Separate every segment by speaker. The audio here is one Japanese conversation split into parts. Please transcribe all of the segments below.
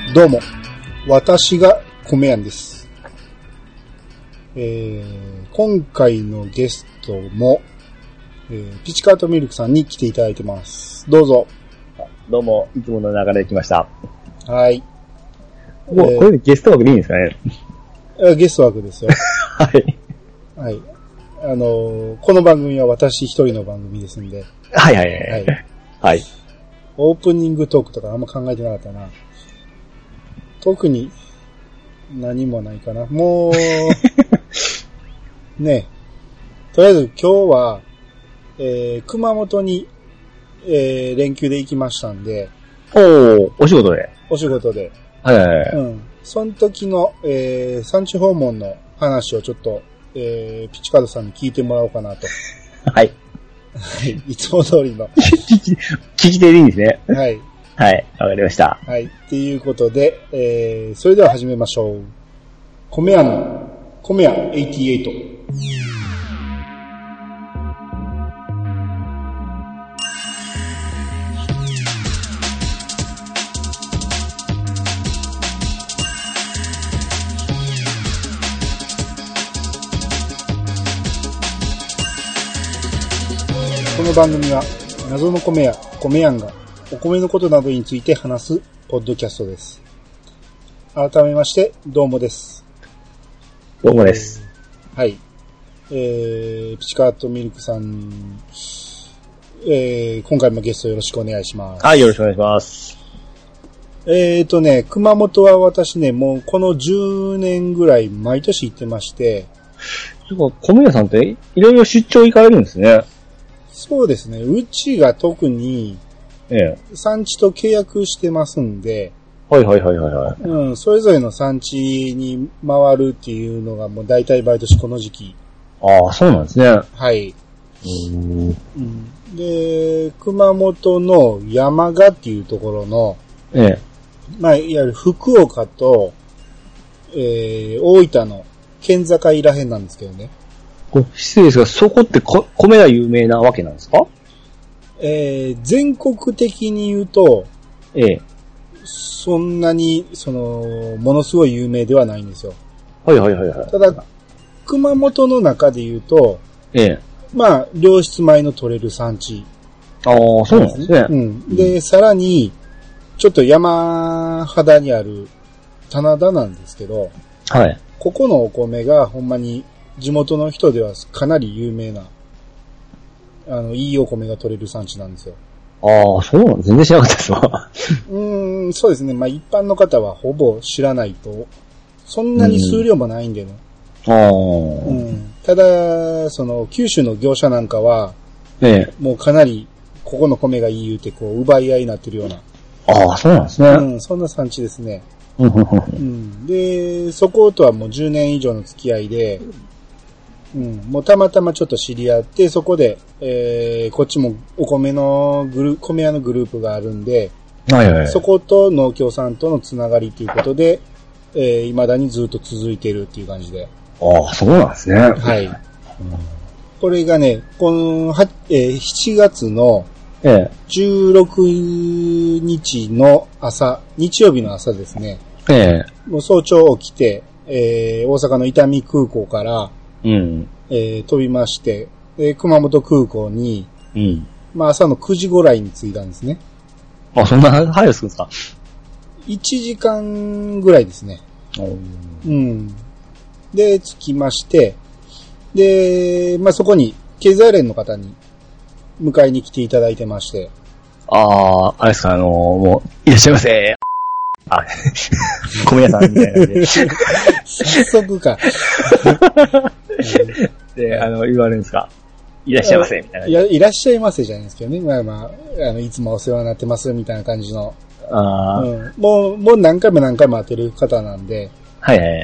Speaker 1: どうも、私が米庵です。今回のゲストも、ピチカートミルクさんに来ていただいてます。どうぞ。
Speaker 2: どうも、いつもの流れで来ました。
Speaker 1: はい。
Speaker 2: もう、これゲスト枠でいいんですかね。
Speaker 1: ゲスト枠ですよ。
Speaker 2: はい。
Speaker 1: はい。この番組は私一人の番組ですんで。
Speaker 2: はいはいはい。はい。はい、
Speaker 1: オープニングトークとかあんま考えてなかったな。特に何もないかな。もう、ね。とりあえず今日は、熊本に、連休で行きましたんで。
Speaker 2: お仕事で。
Speaker 1: お仕事で。
Speaker 2: はいはいはい。
Speaker 1: うん。その時の、産地訪問の話をちょっと、ピチカードさんに聞いてもらおうかなと。
Speaker 2: はい。
Speaker 1: はい。いつも通りの。
Speaker 2: 聞き手でいいんですね。
Speaker 1: はい。
Speaker 2: はい。わかりました。
Speaker 1: はい。っていうことで、それでは始めましょう。米屋88。この番組は謎の米庵がお米のことなどについて話すポッドキャストです。改めましてどうもです。
Speaker 2: どうもです。
Speaker 1: はい。ピチカートミルクさん、今回もゲストよろしくお願いします。
Speaker 2: はい、よろしくお願いします。
Speaker 1: 熊本は私ね、もうこの10年ぐらい毎年行ってまして。
Speaker 2: 米屋さんっていろいろ出張行かれるんですね。
Speaker 1: そうですね。うちが特に、産地と契約してますんで。
Speaker 2: はいはいはいはいはい。
Speaker 1: うん、それぞれの産地に回るっていうのがもう大体毎年この時期。
Speaker 2: ああ、そうなんですね。
Speaker 1: はい。うん、で、熊本の山鹿っていうところの、まあ、いわゆる福岡と、大分の県境らへんなんですけどね。
Speaker 2: 失礼ですが、そこって米が有名なわけなんですか？
Speaker 1: 全国的に言うと、そんなに、ものすごい有名ではないんですよ。
Speaker 2: はいはいはいはい。
Speaker 1: ただ、熊本の中で言うと、まあ、良質米の取れる産地。
Speaker 2: ああ、そうなんですね。
Speaker 1: うん。で、さらに、ちょっと山肌にある棚田なんですけど、
Speaker 2: はい。
Speaker 1: ここのお米がほんまに地元の人ではかなり有名な、いいお米が取れる産地なんですよ。
Speaker 2: ああ、そうなん全然知らなかったですわ。
Speaker 1: そうですね。まあ一般の方はほぼ知らないと、そんなに数量もないんでね。ただ、九州の業者なんかは、もうかなり、ここの米がいい言うて、奪い合いになってるような。
Speaker 2: ああ、そうなんですね。
Speaker 1: そんな産地ですね。で、そことはもう10年以上の付き合いで、もうたまたまちょっと知り合って、そこで、こっちもお米の米屋のグループがあるんで、そこと農協さんとのつながりということで、未だにずっと続いているっていう感じで。
Speaker 2: ああ、そうなんですね。
Speaker 1: はい。これがね、この、7月の16日の朝、日曜日の朝ですね。もう早朝起きて、大阪の伊丹空港から、飛びまして、熊本空港に、まあ朝の9時ぐらいに着いたんですね。
Speaker 2: あ、そんな早く着くんですか
Speaker 1: ？1時間ぐらいですね。で、着きまして、で、まあそこに経済連の方に迎えに来ていただいてまして。
Speaker 2: あれですか、もう、いらっしゃいませ。米屋さんみたいなんで。
Speaker 1: 早速か。
Speaker 2: で、言われるんですか？いらっしゃいませ、みたいな。
Speaker 1: いらっしゃいませじゃないんですけどね。まあまあ、いつもお世話になってます、みたいな感じの。もう何回も会ってる方なんで。
Speaker 2: はいはい。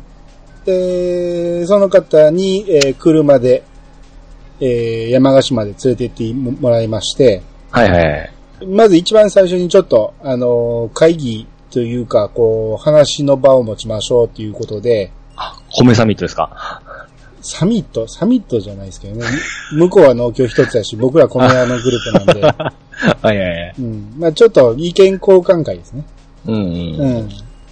Speaker 1: で、その方に、車で、山鹿市まで連れて行ってもらいまして。まず一番最初にちょっと、会議というか、話の場を持ちましょうということで。
Speaker 2: 米サミットですか？
Speaker 1: サミットじゃないですけどね。向こうは農協一つやし、僕ら米屋のグループなんで。
Speaker 2: はいはいはい。
Speaker 1: まあちょっと意見交換会ですね。
Speaker 2: うん。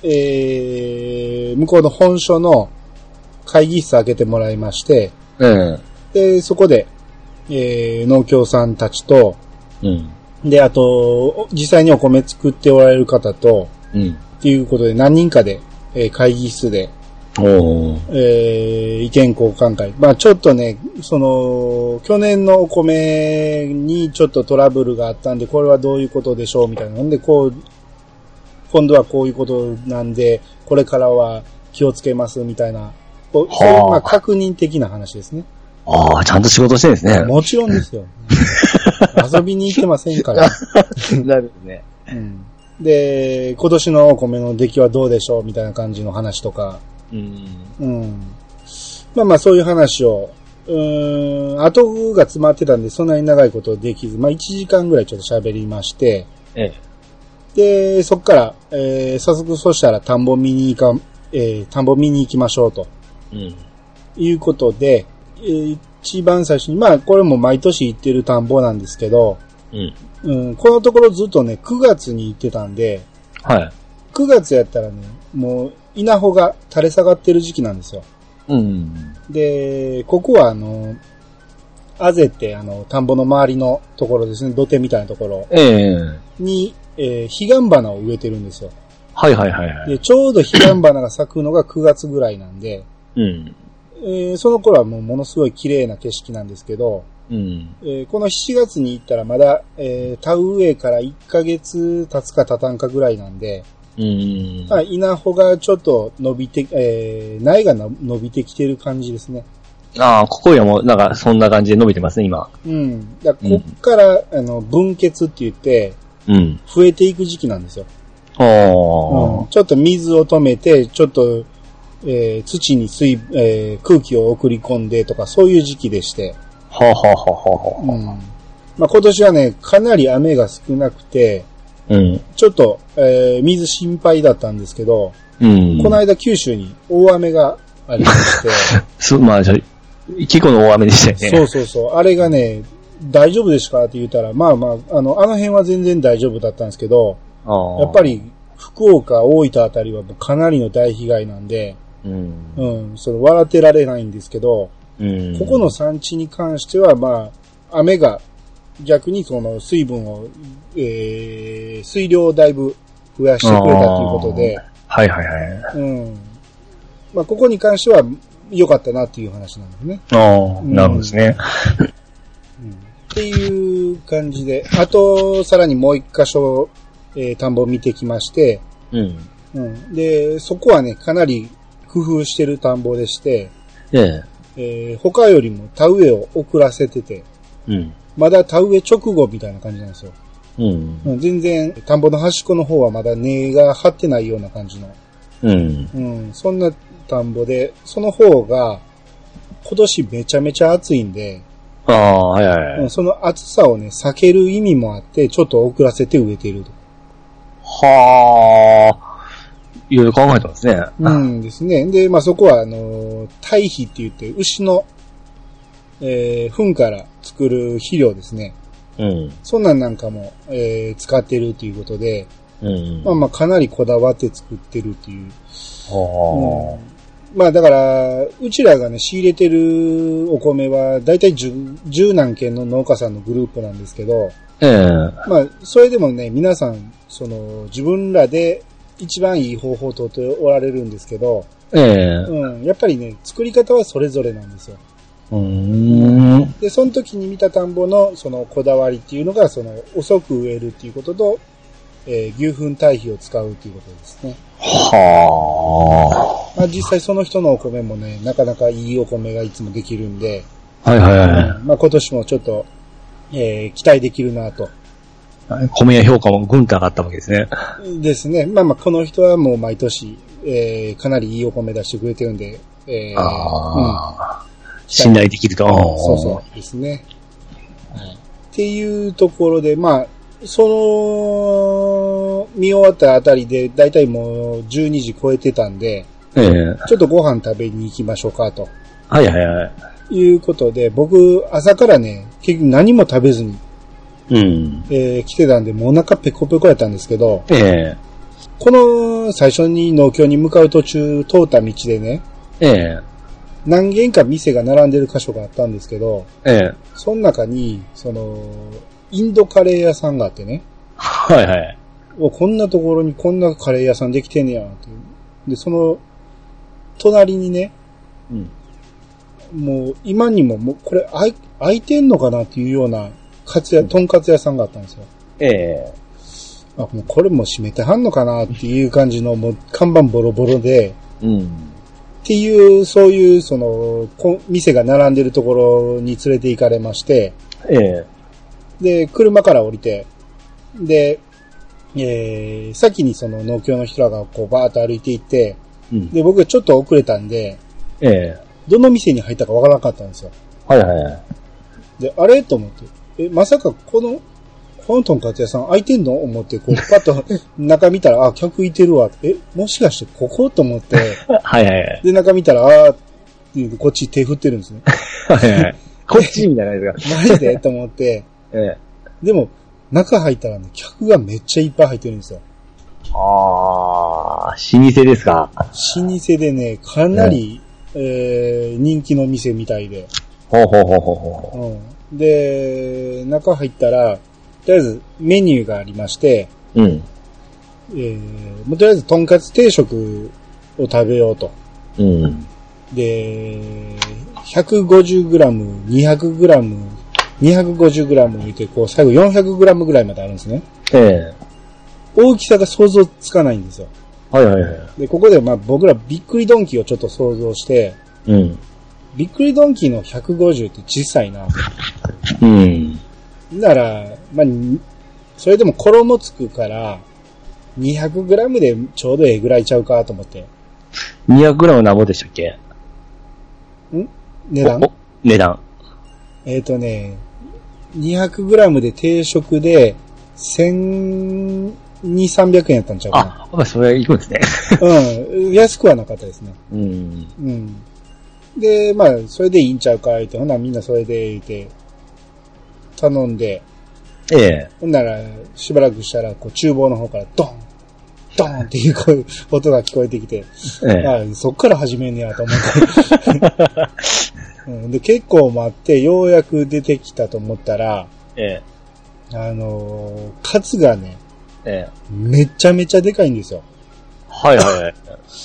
Speaker 1: 向こうの本所の会議室開けてもらいまして、で、そこで、農協さんたちと、で、あと、実際にお米作っておられる方と、っていうことで何人かで、会議室で、意見交換会。まあちょっとね、去年のお米にちょっとトラブルがあったんで、これはどういうことでしょうみたいな。んで、今度はこういうことなんで、これからは気をつけますみたいな、そういうまあ確認的な話ですね。
Speaker 2: ああ、ちゃんと仕事してるんですね。
Speaker 1: もちろんですよ。遊びに行ってませんから。
Speaker 2: なるほどね。
Speaker 1: で、今年のお米の出来はどうでしょうみたいな感じの話とか。まあまあそういう話を、後が詰まってたんでそんなに長いことできず、まあ1時間ぐらいちょっと喋りまして、で、そっから、早速そしたら田んぼ見に行きましょうと。いうことで、一番最初に、まあこれも毎年行ってる田んぼなんですけど、このところずっとね、9月に行ってたんで、9月やったらね、もう稲穂が垂れ下がってる時期なんですよ。で、ここはあぜって田んぼの周りのところですね、土手みたいなところに、彼岸花を植えてるんですよ。で、ちょうど彼岸花が咲くのが9月ぐらいなんで、その頃はもうものすごい綺麗な景色なんですけど、この7月に行ったらまだ、田植えから1ヶ月経つか経たんかぐらいなんで、稲穂がちょっと伸びて、苗が伸びてきてる感じですね。
Speaker 2: ああ、ここよもなんかそんな感じで伸びてますね、今。
Speaker 1: だからこっから、分血って言って、増えていく時期なんですよ。ちょっと水を止めて、ちょっと、土に空気を送り込んでとか、そういう時期でして。まあ今年はね、かなり雨が少なくて、ちょっと、水心配だったんですけど、この間九州に大雨がありまして。
Speaker 2: まあじゃあ、結構の大雨でしたよ
Speaker 1: ね。そう。あれがね、大丈夫ですかって言ったら、まあまあ、あの辺は全然大丈夫だったんですけど、やっぱり福岡、大分あたりはもうかなりの大被害なんで、それ笑ってられないんですけど、ここの産地に関しては、まあ、雨が逆にその水分を、水量をだいぶ増やしてくれたということで、まあ、ここに関しては良かったなっていう話なんですね。
Speaker 2: なるほどですね。
Speaker 1: っていう感じで、あと、さらにもう一箇所、田んぼを見てきまして、で、そこはね、かなり工夫してる田んぼでして、他よりも田植えを遅らせてて、まだ田植え直後みたいな感じなんですよ。全然、田んぼの端っこの方はまだ根が張ってないような感じの。そんな田んぼで、その方が、今年めちゃめちゃ暑いんで、その暑さをね、避ける意味もあって、ちょっと遅らせて植えていると。
Speaker 2: いろいろ考えたんですね。
Speaker 1: ですね。で、まあ、そこは、堆肥って言って、牛の、糞から作る肥料ですね。そんなんかも、使ってるということで、まあまあ、かなりこだわって作ってるっていう。まあだから、うちらがね、仕入れてるお米は、だいたい10何軒の農家さんのグループなんですけど、まあ、それでもね、皆さん、自分らで一番いい方法をとっておられるんですけど、やっぱりね、作り方はそれぞれなんですよ。で、その時に見た田んぼの、こだわりっていうのが、遅く植えるっていうことと、牛糞堆肥を使うっていうことですね。まあ、実際その人のお米もね、なかなかいいお米がいつもできるんで、まあ今年もちょっと、期待できるなと。
Speaker 2: 米や評価もぐんと上がったわけですね。
Speaker 1: ですね。まあまあこの人はもう毎年、かなりいいお米出してくれてるんで、
Speaker 2: 信頼できると。
Speaker 1: そうですね。っていうところで、まあ、見終わったあたりで、だいたいもう12時超えてたんで、ちょっとご飯食べに行きましょうかと。いうことで、僕、朝からね、結局何も食べずに、来てたんで、もうお腹ペコペコやったんですけど、 この最初に農協に向かう途中通った道でね、何軒か店が並んでる箇所があったんですけど、その中に、インドカレー屋さんがあってね。
Speaker 2: はいはい。
Speaker 1: こんなところにこんなカレー屋さんできてんねやって。で、その、隣にね、もう今にも、もうこれ開いてんのかなっていうような、とんかつ屋さんがあったんですよ。もうこれも閉めてはんのかなっていう感じの、もう看板ボロボロで、っていう、そういう、店が並んでるところに連れて行かれまして、で、車から降りて、で、先に農協の人らがこうバーッと歩いていって、で、僕ちょっと遅れたんで、どの店に入ったかわからなかったんですよ。はいはいはい。で、あれと思って、まさかこのとんかつ屋さん開いてんの思って、こう、パッと中見たら、客いてるわ。もしかしてここと思って、はいはいはい。で、中見たら、っていう、こっち手振ってるんですね。はいはい。こっちみたいなやつが。マジでと思って、でも、中入ったらね、客がめっちゃいっぱい入ってるんですよ。
Speaker 2: 老舗ですか？
Speaker 1: 老舗でね、かなり、人気の店みたいで。で、中入ったら、とりあえずメニューがありまして、もうとりあえずとんかつ定食を食べようと。で、150g、200g、250g 見て、こう、最後 400g ぐらいまであるんですね。大きさが想像つかないんですよ。はいはいはい。で、ここで僕らびっくりドンキーをちょっと想像して、びっくりドンキーの150って小さいな。なら、それでも衣つくから、200g でちょうどええぐらいちゃうかと思って。
Speaker 2: 200g 何ぼでしたっけ？
Speaker 1: 値段？
Speaker 2: 値段。
Speaker 1: 200g で定食で、1200、300円やったんちゃうかな。
Speaker 2: それいくんですね。
Speaker 1: 安くはなかったですね。で、それでいいんちゃうか、ほんならみんなそれで、頼んで、ほんなら、しばらくしたら、こう、厨房の方からドンドンっていう音が聞こえてきて、そっから始めんねやと思って。で、結構待って、ようやく出てきたと思ったら、カツがね、めちゃめちゃでかいんですよ。はいはいはい。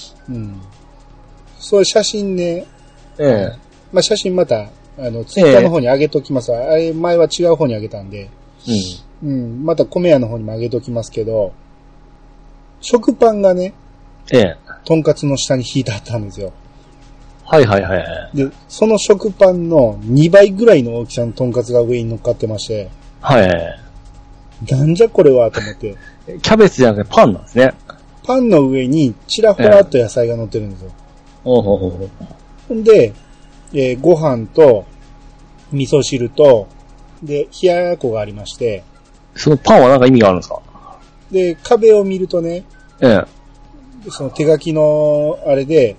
Speaker 1: そういう写真ね、写真また、ツイッターの方に上げときます。前は違う方に上げたんで、また米屋の方にも上げときますけど、食パンがね、とんかつの下に引いてあったんですよ。はいはいはいはい。で、その食パンの2倍ぐらいの大きさのとんかつが上に乗っかってまして、はいはいはい。なんじゃこれはと思って。
Speaker 2: キャベツじゃなくてパンなんですね。
Speaker 1: パンの上にちらほらっと野菜が乗ってるんですよ。ほんで、ご飯と、味噌汁と、で、冷ややっこがありまして。
Speaker 2: そのパンはなんか意味があるんですか？
Speaker 1: で、壁を見るとね、その手書きのあれで、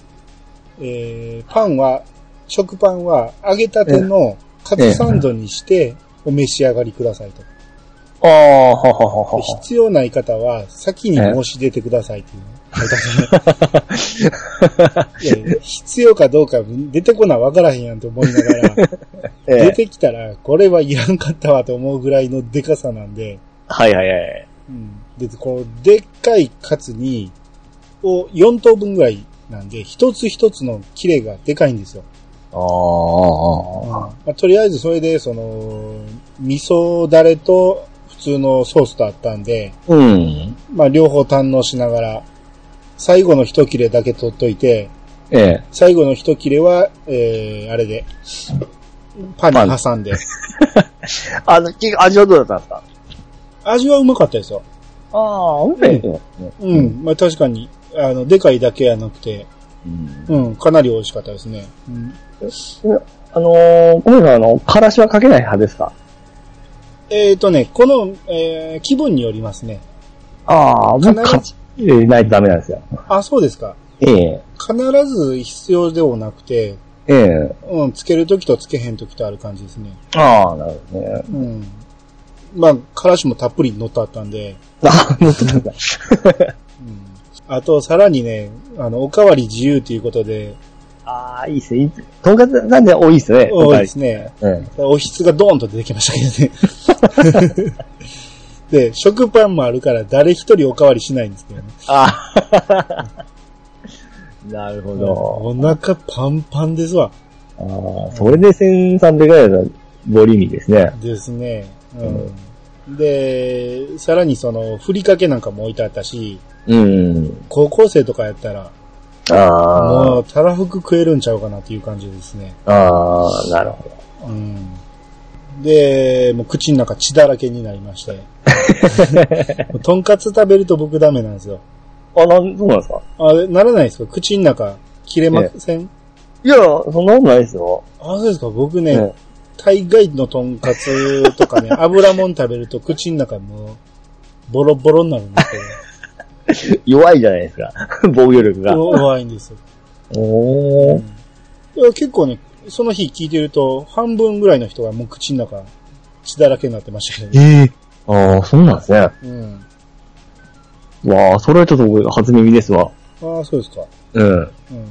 Speaker 1: 食パンは揚げたてのカツサンドにしてお召し上がりくださいと。必要ない方は先に申し出てくださいっていう。必要かどうか出てこなわからへんやんと思いながら、出てきたらこれはいらんかったわと思うぐらいのでかさなんで。はいはいはい。で、こう、でっかいカツに、4等分ぐらいなんで、一つ一つの切れがでかいんですよ。とりあえずそれで、味噌だれと普通のソースとあったんで、両方堪能しながら、最後の一切れだけ取っといて、最後の一切れは、あれで、パンに挟んで。
Speaker 2: 味はどうだったんですか？
Speaker 1: 味はうまかったですよ。
Speaker 2: うまいね。
Speaker 1: 確かに、でかいだけやなくて、かなり美味しかったですね。
Speaker 2: 小森さん、からしはかけない派ですか？
Speaker 1: この、気分によりますね。
Speaker 2: 僕からし入れないとダメなんですよ。
Speaker 1: そうですか。必ず必要でもなくて、つけるときとつけへんときとある感じですね。
Speaker 2: なるほどね。
Speaker 1: からしもたっぷり乗っとあったんで。
Speaker 2: 乗っとったんだ。
Speaker 1: あと、さらにね、おかわり自由ということで。
Speaker 2: ああ、いいっすね。とんかつなんで多いっすね。
Speaker 1: 多いですね。うん。おひつがドーンと出てきましたけどね。で、食パンもあるから誰一人おかわりしないんですけどね。
Speaker 2: ああ。なるほど。
Speaker 1: お腹パンパンですわ。
Speaker 2: ああ、それで1300円のボリューミーですね。
Speaker 1: ですね。うん。で、さらにふりかけなんかも置いてあったし、
Speaker 2: うん。
Speaker 1: 高校生とかやったら、もう、たらふく食えるんちゃうかなっていう感じですね。
Speaker 2: ああ、なるほど。
Speaker 1: うん。で、もう口の中血だらけになりまして。とんかつ食べると僕ダメなんですよ。
Speaker 2: そうなんですか？
Speaker 1: ならないですか？口の中切れません？
Speaker 2: いや、そんなことないですよ。
Speaker 1: そうですか？僕ね、大概のとんかつとかね、油もん食べると口の中もう、ボロボロになるんですけど。
Speaker 2: 弱いじゃないですか。防御力が。
Speaker 1: 弱いんですよ。
Speaker 2: おー。
Speaker 1: 結構ね、その日聞いてると、半分ぐらいの人がもう口の中血だらけになってましたけどね。
Speaker 2: ああ、そうなんですね。うん。わあ、それはちょっと僕初耳ですわ。
Speaker 1: ああ、そうですか。
Speaker 2: うん。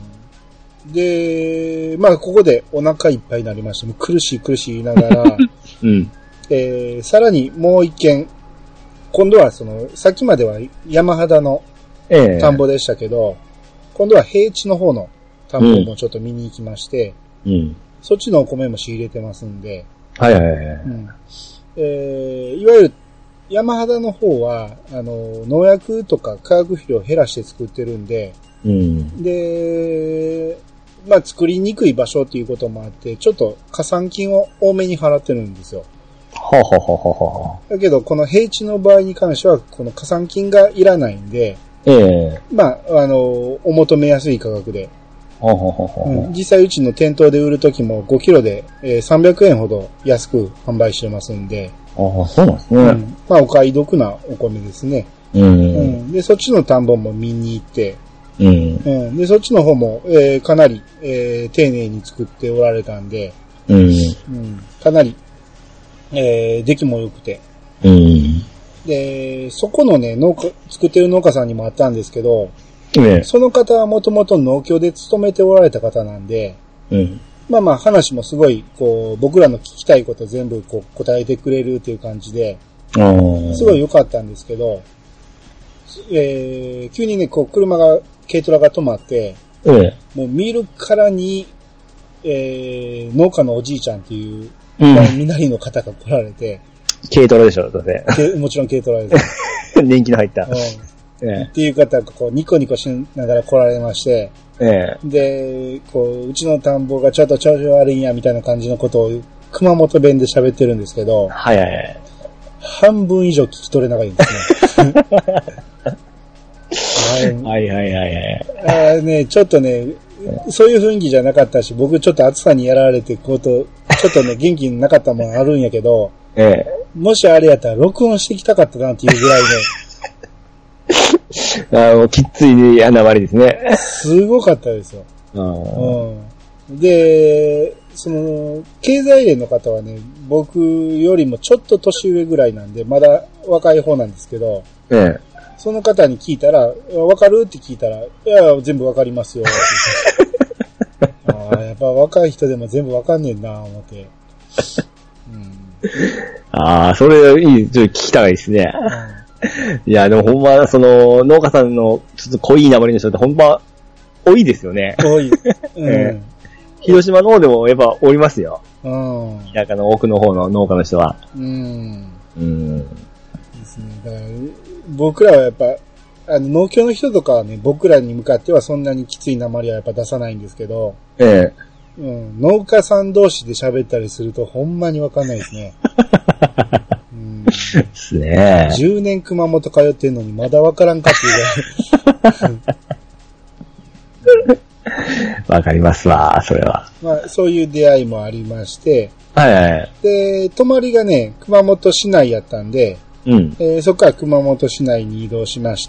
Speaker 1: で、まあ、ここでお腹いっぱいになりまして、もう苦しい言いながら、
Speaker 2: うん。
Speaker 1: さらにもう一軒、今度はさっきまでは山肌の田んぼでしたけど、今度は平地の方の田んぼもちょっと見に行きまして、
Speaker 2: うん。
Speaker 1: そっちのお米も仕入れてますんで、
Speaker 2: はいはいはい。
Speaker 1: うん。いわゆる山肌の方は、農薬とか化学肥料を減らして作ってるんで、
Speaker 2: うん。
Speaker 1: で、まあ作りにくい場所っていうこともあって、ちょっと加算金を多めに払ってるんですよ。
Speaker 2: ははははは。
Speaker 1: だけど、この平地の場合に関しては、この加算金がいらないんで、まあ、お求めやすい価格で。実際うちの店頭で売るときも5キロで、300円ほど安く販売してますんで。
Speaker 2: ああ、そうなんですね。
Speaker 1: うん、まあ、お買い得なお米ですね。で、そっちの田んぼも見に行って、で、そっちの方も、かなり、丁寧に作っておられたんで、かなり、出来も良くて。で、そこのね、作ってる農家さんにもあったんですけど、その方はもともと農協で勤めておられた方なんで、まあまあ話もすごい、僕らの聞きたいこと全部答えてくれるっていう感じで、すごい良かったんですけど、急にね、軽トラが止まって、もう見るからに、農家のおじいちゃんっていう、みなりの方が来られて、
Speaker 2: 軽トラでしょ、だって。
Speaker 1: もちろん軽トラです。
Speaker 2: 年季の入った。
Speaker 1: っていう方がニコニコしながら来られまして、で、うちの田んぼがちょっと調子悪いんや、みたいな感じのことを熊本弁で喋ってるんですけど、半分以上聞き取れなかったんですね。はい。ね、ちょっとね、そういう雰囲気じゃなかったし、僕ちょっと暑さにやられてちょっとね、元気なかったもんあるんやけど、もしあれやったら録音してきたかったなっていうぐらい
Speaker 2: ね。きつい穴割りですね。
Speaker 1: すごかったですよ。で、経済連の方はね、僕よりもちょっと年上ぐらいなんで、まだ若い方なんですけど、その方に聞いたら、わかるって聞いたら、いや、全部わかりますよってやっぱ若い人でも全部わかんねえなぁ、思って。
Speaker 2: それいい、ちょっと聞きたいですね。いや、でもほんま、農家さんのちょっと濃い名張りの人ってほんま、多いですよね。
Speaker 1: 多い。
Speaker 2: 広島の方でもやっぱおりますよ。田舎の奥の方の農家の人は。ですね。
Speaker 1: だから僕らはやっぱ、農協の人とかはね、僕らに向かってはそんなにきつい訛りはやっぱ出さないんですけど、農家さん同士で喋ったりするとほんまにわかんないですね。
Speaker 2: ですね。
Speaker 1: 10年熊本通ってんのにまだわからんかっていうぐらい。
Speaker 2: わかりますわ、それは。
Speaker 1: まあ、そういう出会いもありまして、
Speaker 2: で、
Speaker 1: 泊まりがね、熊本市内やったんで、そこから熊本市内に移動しまして、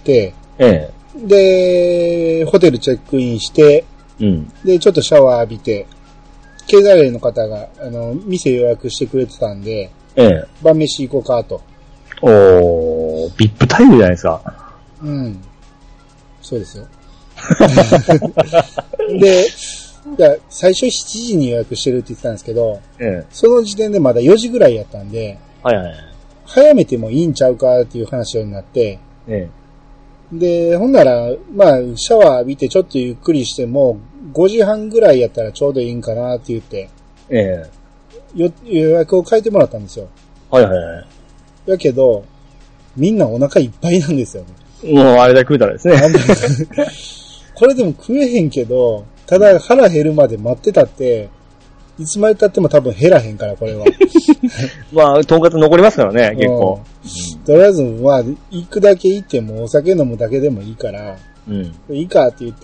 Speaker 1: で、ホテルチェックインして、で、ちょっとシャワー浴びて、経済連の方が、店予約してくれてたんで、晩飯行こうかと。
Speaker 2: ビップタイムじゃないですか。
Speaker 1: そうですよ。で、最初7時に予約してるって言ってたんですけど、その時点でまだ4時ぐらいやったんで、
Speaker 2: はいはい。
Speaker 1: 早めてもいいんちゃうかっていう話になって、で、ほんなら、まあ、シャワー浴びてちょっとゆっくりしても、5時半ぐらいやったらちょうどいいんかなって言って、予約を変えてもらったんですよ。
Speaker 2: はいはいはい。
Speaker 1: だけど、みんなお腹いっぱいなんですよね。
Speaker 2: もうあれだけ食うたらですね。
Speaker 1: これでも食えへんけど、ただ腹減るまで待ってたって、いつまで経っても多分減らへんから、これは。
Speaker 2: まあ、とんかつ残りますからね、結構。
Speaker 1: とりあえず、まあ、行くだけ行ってもお酒飲むだけでもいいから、いいかって言って、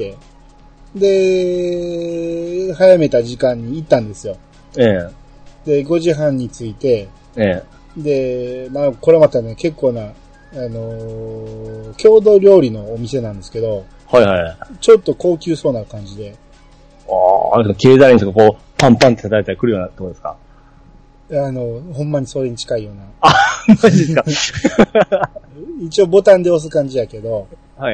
Speaker 1: で、早めた時間に行ったんですよ。で、5時半に着いて、で、まあ、これまたね、結構な、郷土料理のお店なんですけど、
Speaker 2: はいはい。
Speaker 1: ちょっと高級そうな感じで。
Speaker 2: あれですか、経済とかこう、パンパンって叩いたら来るようなところですか？
Speaker 1: ほんまにそれに近いような。
Speaker 2: あ、マジですか？
Speaker 1: 一応ボタンで押す感じやけど、
Speaker 2: はい。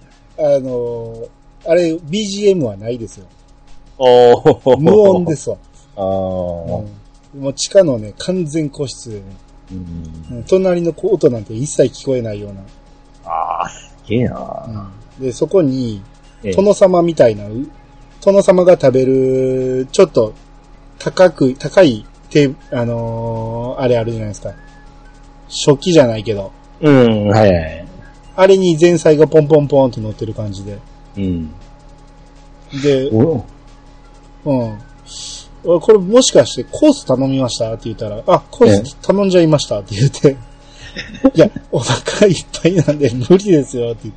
Speaker 1: あれ、BGM はないですよ。無音ですわ。もう地下のね、完全個室でね、隣の音なんて一切聞こえないような。
Speaker 2: すげえな、
Speaker 1: で、そこに、殿様みたいな、殿様が食べる、ちょっと、高い、あれあるじゃないですか。食器じゃないけど。
Speaker 2: はいはい。
Speaker 1: あれに前菜がポンポンポンって乗ってる感じで。で、これもしかしてコース頼みましたって言ったら、コース頼んじゃいましたって言って、いや、お腹いっぱいなんで無理ですよって言って、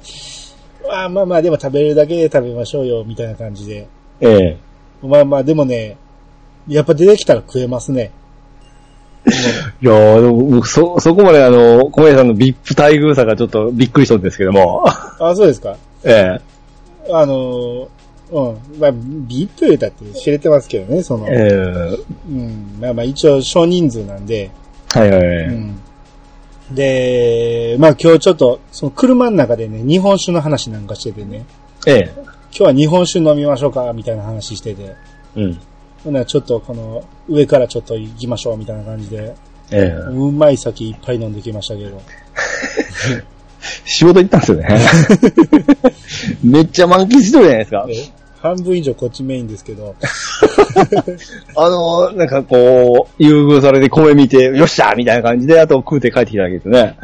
Speaker 1: まあまあでも食べるだけで食べましょうよみたいな感じで。まあまあでもね、やっぱ出てきたら食えますね。
Speaker 2: いやー、でもそこまで小林さんのビップ待遇さがちょっとびっくりしたんですけども。
Speaker 1: そうですか？まあ、ビップだって知れてますけどね、まあまあ一応少人数なんで。
Speaker 2: はいはい。
Speaker 1: で、まあ今日ちょっと、その車の中でね、日本酒の話なんかしててね。今日は日本酒飲みましょうか、みたいな話してて。ほなちょっとこの、上からちょっと行きましょう、みたいな感じで。うまい酒いっぱい飲んできましたけど。
Speaker 2: 仕事行ったんですよね。めっちゃ満喫しとるじゃないですか。
Speaker 1: 半分以上こっちメインですけど。
Speaker 2: なんかこう、優遇されて米見て、よっしゃみたいな感じで、あと食うて帰ってきたわけですね。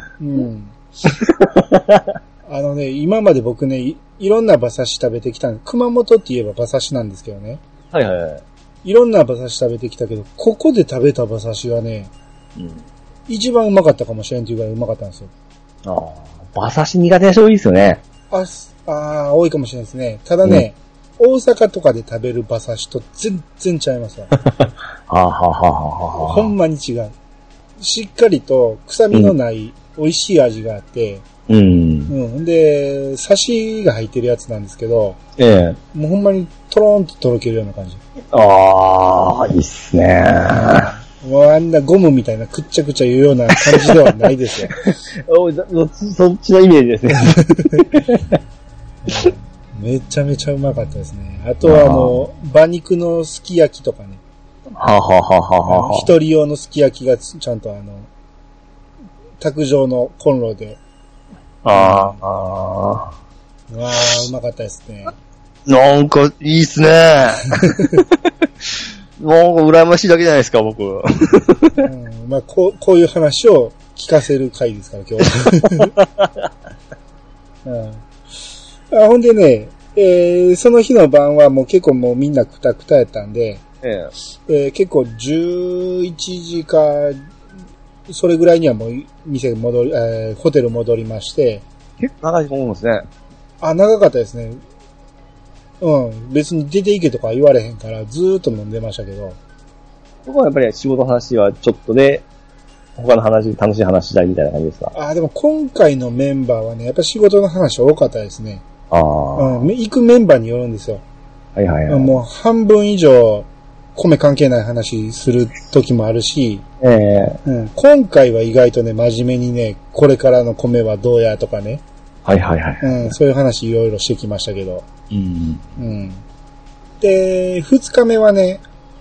Speaker 2: 今まで僕ね、いろんな馬刺し食べてきたんで、熊本って言えば馬刺しなんですけどね。 はいはいはい。
Speaker 1: いろんな馬刺し食べてきたけど、ここで食べた馬刺しがね、一番うまかったかもしれんっていうぐらいうまかったんですよ。
Speaker 2: 馬刺し苦手な人多いですよね。
Speaker 1: 多いかもしれないですね。ただね、大阪とかで食べる馬刺しと全然ちゃいますわ。ほんまに違う。しっかりと臭みのない美味しい味があって、で、刺しが入ってるやつなんですけど、もうほんまにトローンととろけるような感じ。
Speaker 2: いいっすね。
Speaker 1: もうあんなゴムみたいなくっちゃくちゃ言うような感じではないですよ。
Speaker 2: そっちのイメージですね。
Speaker 1: めちゃめちゃうまかったですね。あとは馬肉のすき焼きとかね。一人用のすき焼きがちゃんと卓上のコンロで。うまかったですね。
Speaker 2: なんかいいっすね。もう羨ましいだけじゃないですか、僕。
Speaker 1: まあこういう話を聞かせる回ですから今日。ほんでね、その日の晩はもう結構もうみんなクタクタやったんで、結構11時か、それぐらいにはもう店戻り、ホテル戻りまして。
Speaker 2: 結構長いと思うんですね。
Speaker 1: 長かったですね。別に出て行けとか言われへんから、ずーっと飲んでましたけど。
Speaker 2: 僕はやっぱり仕事の話はちょっとで、他の話、楽しい話したいみたいな感じですか？
Speaker 1: でも今回のメンバーはね、やっぱ仕事の話多かったですね。行くメンバーによるんですよ。もう半分以上、米関係ない話する時もあるし、今回は意外とね、真面目にね、これからの米はどうやとかね、
Speaker 2: はいはいはい。
Speaker 1: うん、そういう話いろいろしてきましたけど。
Speaker 2: うん。
Speaker 1: うん。で、2日目はね、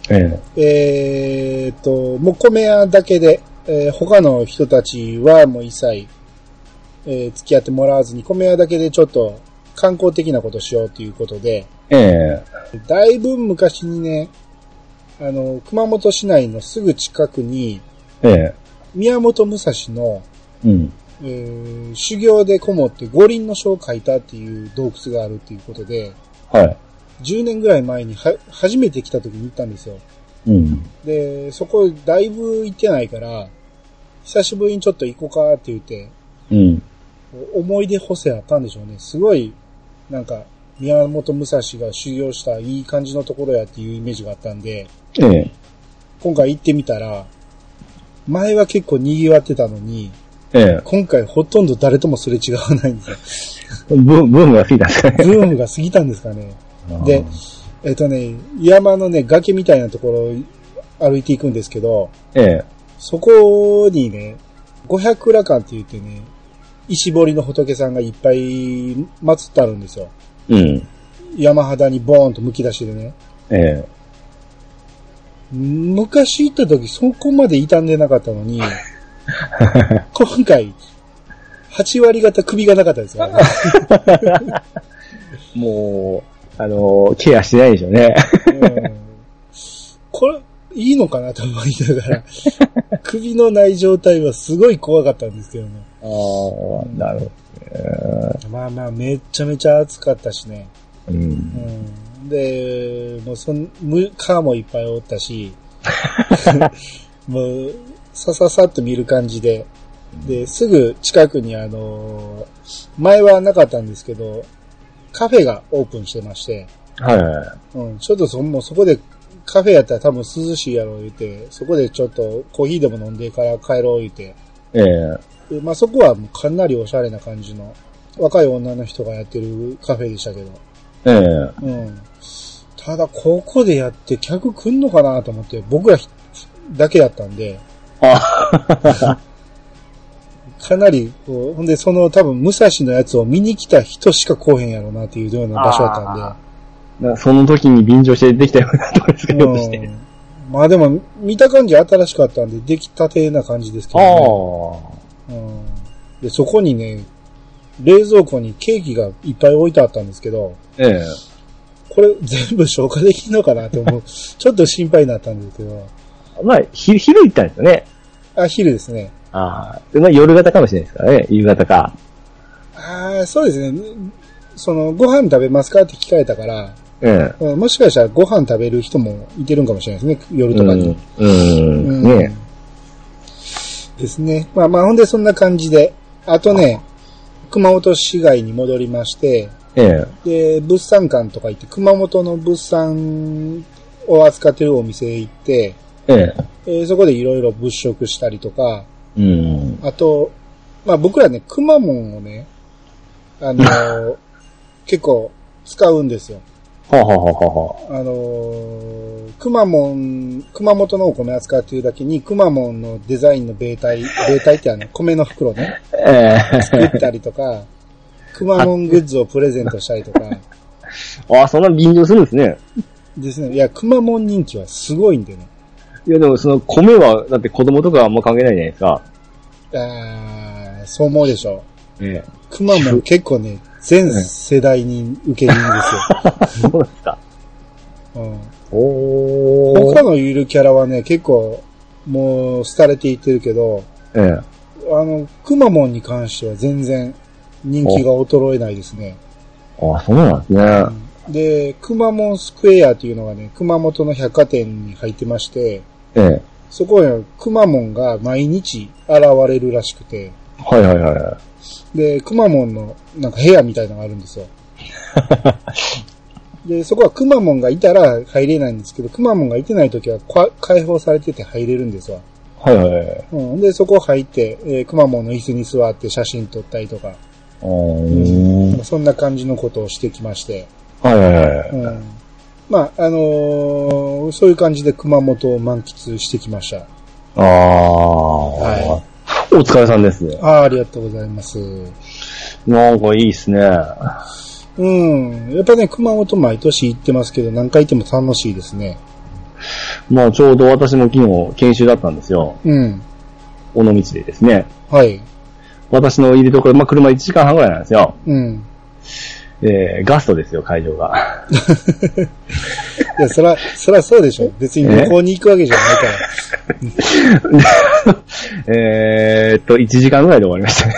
Speaker 1: もう米屋だけで、他の人たちはもう一切、付き合ってもらわずに、米屋だけでちょっと観光的なことしようということで、だいぶ昔にね、熊本市内のすぐ近くに、宮本武蔵の、修行でこもって五輪の書を書いたっていう洞窟があるっていうことで、
Speaker 2: はい。
Speaker 1: 10年ぐらい前に初めて来た時に行ったんですよ。で、そこだいぶ行ってないから、久しぶりにちょっと行こうかって言って、思い出補正あったんでしょうね。すごい、なんか、宮本武蔵が修行したいい感じのところやっていうイメージがあったんで、今回行ってみたら、前は結構賑わってたのに、今回ほとんど誰ともすれ違わないんですよ。
Speaker 2: ブームが過ぎたんですかね。
Speaker 1: ブームが過ぎたんですかね。で、山のね、崖みたいなところ歩いていくんですけど、そこにね、五百羅漢って言ってね、石彫りの仏さんがいっぱい祀ってあるんですよ。山肌にボーンと剥き出しでね。昔行った時そこまで傷んでなかったのに、今回、8割方首がなかったですからね。
Speaker 2: もう、ケアしてないでしょうね。
Speaker 1: これ、いいのかなと思いながら、首のない状態はすごい怖かったんですけどね。
Speaker 2: なるほど。
Speaker 1: まあまあ、めちゃめちゃ暑かったしね。で、もう蚊もいっぱいおったし、もう、さっと見る感じで、で、すぐ近くに前はなかったんですけど、カフェがオープンしてまして、ちょっとそこでカフェやったら多分涼しいやろう言うて、そこでちょっとコーヒーでも飲んでから帰ろう言うて、まあそこはもうかなりおしゃれな感じの若い女の人がやってるカフェでしたけど、ただここでやって客来んのかなと思って僕らだけだったんで、かなりほんで多分武蔵のやつを見に来た人しか来へんやろうなっていうような場所だったんで、
Speaker 2: その時に便乗してできたようなところですか、よくして。
Speaker 1: まあでも見た感じ新しかったんでできたてな感じですけどね。でそこにね、冷蔵庫にケーキがいっぱい置いてあったんですけど、これ全部消化できんのかなって思う。ちょっと心配になったんですけど。
Speaker 2: まあ、昼行ったんですよね。
Speaker 1: 昼ですね。
Speaker 2: 夜型かもしれないですからね、夕方か。
Speaker 1: そうですね。ご飯食べますかって聞かれたから、もしかしたらご飯食べる人もいてるんかもしれないですね、夜とかに。ねですね。まあまあ、ほんでそんな感じで、あとね、熊本市街に戻りまして、で、物産館とか行って、熊本の物産を扱ってるお店へ行って、そこでいろいろ物色したりとか、あと、まあ僕らね、くまモンをね、結構使うんですよ。熊本のお米扱っているだけに、くまモンのデザインの米体って米の袋ね、作ったりとか、くまモングッズをプレゼントしたりとか。
Speaker 2: そんな便乗するんですね。
Speaker 1: ですね。いや、くまモン人気はすごいんでね。
Speaker 2: いや、でも米は、だって子供とかはあんま関係ないじゃないですか。
Speaker 1: そう思うでしょ。くまモン結構ね、全世代に受けるんです
Speaker 2: よ。そうですか。
Speaker 1: 他のゆるキャラはね、結構、もう、廃れていってるけど、くまモンに関しては全然人気が衰えないですね。
Speaker 2: そうなんですね。
Speaker 1: で、くまモンスクエアっていうのがね、熊本の百貨店に入ってまして、そこにくまモンが毎日現れるらしくて、で、くまモンのなんか部屋みたいなのがあるんですよ。で、そこはくまモンがいたら入れないんですけど、くまモンがいてないときは開放されてて入れるんですわ。で、そこ入って、くまモンの椅子に座って写真撮ったりとか、そんな感じのことをしてきまして、まあ、そういう感じで熊本を満喫してきました。
Speaker 2: お疲れさんですね。
Speaker 1: ありがとうございます。
Speaker 2: なんかいいっすね。
Speaker 1: うん。やっぱね、熊本毎年行ってますけど、何回行っても楽しいですね。
Speaker 2: まあちょうど私も昨日研修だったんですよ。
Speaker 1: うん。
Speaker 2: 尾道でですね。
Speaker 1: はい。
Speaker 2: 私のいるところ、まあ車1時間半ぐらいなんですよ。
Speaker 1: うん。
Speaker 2: ガストですよ、会場が。
Speaker 1: いや、そらそうでしょ。別に旅行に行くわけじゃないから。
Speaker 2: 1時間ぐらいで終わりましたね。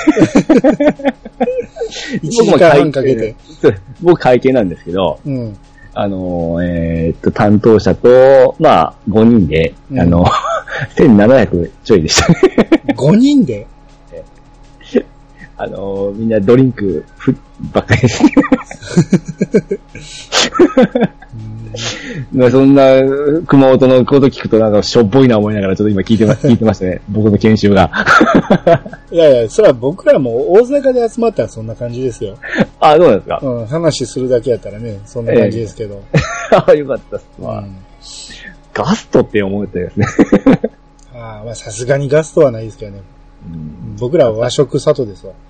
Speaker 1: 1時間半かけて。
Speaker 2: 僕会計なんですけど、
Speaker 1: うん。
Speaker 2: 担当者と、まあ、5人で、うん、1700ちょいでしたね。
Speaker 1: 5人で
Speaker 2: みんなドリンクばっかりです。まあそんな、熊本のこと聞くとなんかしょっぽいな思いながらちょっと今聞いてましたね。僕の研修が。
Speaker 1: いやいや、それは僕らも大阪で集まったらそんな感じですよ。
Speaker 2: あ、どうなんですか？
Speaker 1: うん、話するだけやったらね、そんな感じですけど。
Speaker 2: あ、よかったっすわ、うん。ガストって思ったですね。
Speaker 1: まあさすがにガストはないですけどね。うん、僕らは和食里ですわ。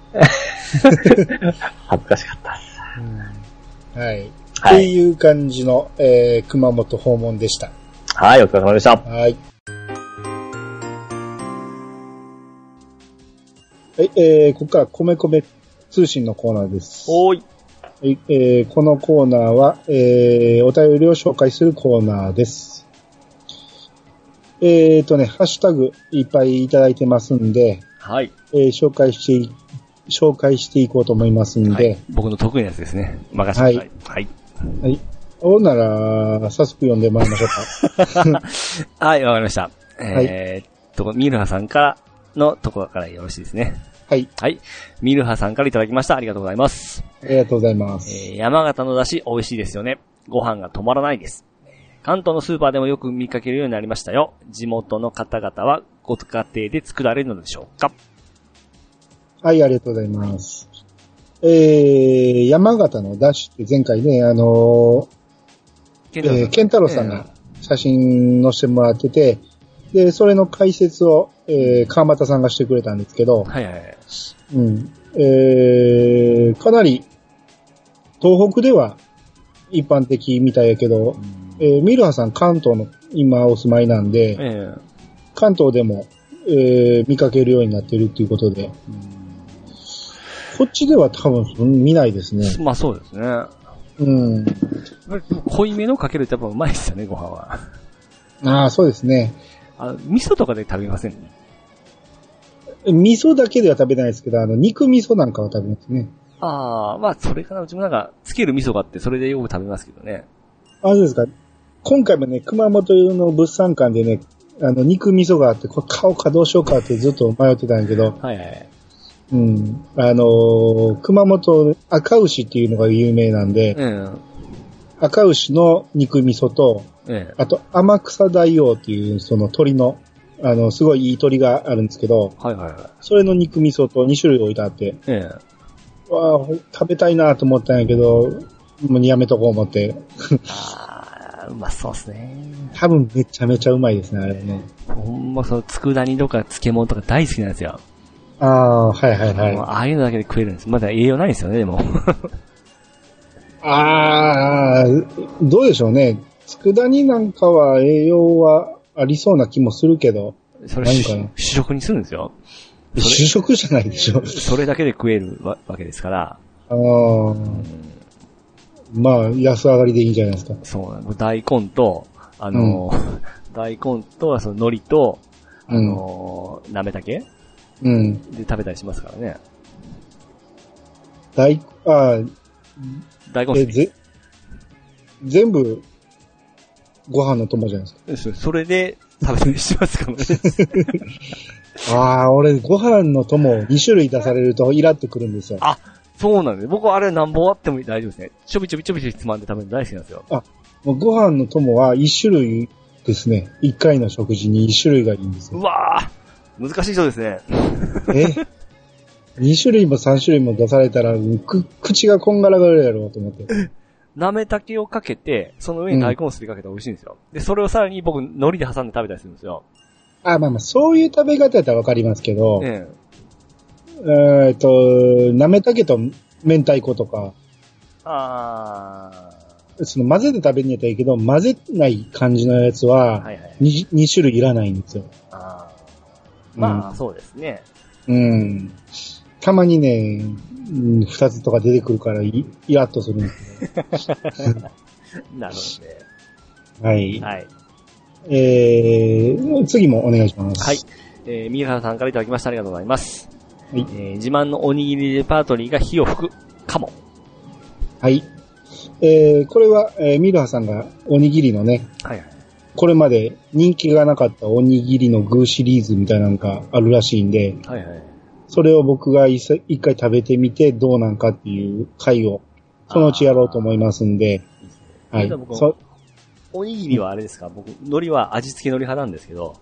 Speaker 2: 恥ずかしかったっす。
Speaker 1: うん、はい。はい、っていう感じの、熊本訪問でした。
Speaker 2: はい、お疲れ様でした。
Speaker 1: はい。はい、ここから米米通信のコーナーです。
Speaker 2: おーい。
Speaker 1: はい、このコーナーは、お便りを紹介するコーナーです。ハッシュタグいっぱいいただいてますんで、
Speaker 2: はい。
Speaker 1: 紹介していこうと思いますんで。はい、
Speaker 2: 僕の得意なやつですね。任せてください。はい。
Speaker 1: はい。ほんなら、早速読んでまいりましょうか。
Speaker 2: はい、わかりました。ミルハさんからのところからよろしいですね。
Speaker 1: はい。
Speaker 2: はい。ミルハさんからいただきました。ありがとうございます。
Speaker 1: ありがとうございます。
Speaker 2: 山形の出汁美味しいですよね。ご飯が止まらないです。関東のスーパーでもよく見かけるようになりましたよ。地元の方々はご家庭で作られるのでしょうか？
Speaker 1: はい、ありがとうございます。山形のダッシュって前回ね、ケンタロウさんが写真載せてもらってて、で、それの解説を、川又さんがしてくれたんですけど、
Speaker 2: はいはいはい。
Speaker 1: うん。かなり、東北では一般的みたいやけど、ミルハさん関東の今お住まいなんで、関東でも、見かけるようになってるっていうことで、こっちでは多分見ないですね。
Speaker 2: まあそうですね。
Speaker 1: うん。
Speaker 2: 濃いめのかけるとやっぱうまいですよね、ご飯は。
Speaker 1: ああ、そうですね。
Speaker 2: 味噌とかで食べませんね。
Speaker 1: 味噌だけでは食べないですけど、肉味噌なんかは食べますね。
Speaker 2: ああ、まあそれかな、うちもなんか、つける味噌があって、それでよく食べますけどね。
Speaker 1: あ、そうですか。今回もね、熊本の物産館でね、肉味噌があって、これ買おうかどうしようかってずっと迷ってたんやけど、
Speaker 2: はいはい。
Speaker 1: うん。熊本赤牛っていうのが有名なんで、赤牛の肉味噌と、あと天草大王っていうその鳥の、すごいいい鳥があるんですけど、
Speaker 2: はいはいはい。
Speaker 1: それの肉味噌と2種類置いてあって、わあ、食べたいなと思ったんやけど、もうやめとこう思って。
Speaker 2: ああ、うまそうっすね。
Speaker 1: 多分めちゃめちゃうまいですね、あれね。
Speaker 2: ほんま佃煮とか漬物とか大好きなんですよ。
Speaker 1: ああ、はいはいはい。
Speaker 2: ああいうのだけで食えるんです。まだ栄養ないんですよね、でも。
Speaker 1: ああ、どうでしょうね。佃煮なんかは栄養はありそうな気もするけど。
Speaker 2: それ主食にするんですよ。
Speaker 1: 主食じゃないでしょ。
Speaker 2: それだけで食えるわけですから。
Speaker 1: ああ、まあ、安上がりでいいんじゃないですか。
Speaker 2: そうなんです。大根と、大根と、その海苔と、なめたけで食べたりしますからね。大根
Speaker 1: 全部、ご飯の友じゃない
Speaker 2: ですか。それで食べたりしますからね。
Speaker 1: ああ、俺、ご飯の友2種類出されるとイラってくるんですよ。
Speaker 2: あ、そうなんです。僕はあれ何本あっても大丈夫ですね。ちょびちょびつまんで食べるの大好きなんですよ。
Speaker 1: あ、もうご飯の友は1種類ですね。1回の食事に1種類がいいんですよ。
Speaker 2: うわぁ、難しいそうですね。
Speaker 1: 2種類も3種類も出されたら、口がこんがらがるやろうと思って。
Speaker 2: なめたけをかけて、その上に大根すりかけたら美味しいんですよ。で、それをさらに僕、海苔で挟んで食べたりするんですよ。
Speaker 1: あ、まあまあ、そういう食べ方やったらわかりますけど、 なめたけと明太子とか。その混ぜて食べるんやったらいいけど、混ぜない感じのやつは、はいはい、2種類いらないんですよ。
Speaker 2: まあ、そうですね。
Speaker 1: うん。たまにね、2つとか出てくるからイラッとするんですけど。
Speaker 2: なるほどね。
Speaker 1: はい。
Speaker 2: はい。
Speaker 1: 次もお願いします。
Speaker 2: はい。宮原さんからいただきました。ありがとうございます。
Speaker 1: はい。
Speaker 2: 自慢のおにぎりレパートリーが火を吹くかも。
Speaker 1: はい。これは、ミルハさんがおにぎりのね、
Speaker 2: はいはい。
Speaker 1: これまで人気がなかったおにぎりの具シリーズみたいなのがあるらしいんで、
Speaker 2: はいはい。
Speaker 1: それを僕が一回食べてみてどうなんかっていう回を、そのうちやろうと思いますんで、はい。
Speaker 2: おにぎりはあれですか？僕、海苔は味付け海苔派なんですけど。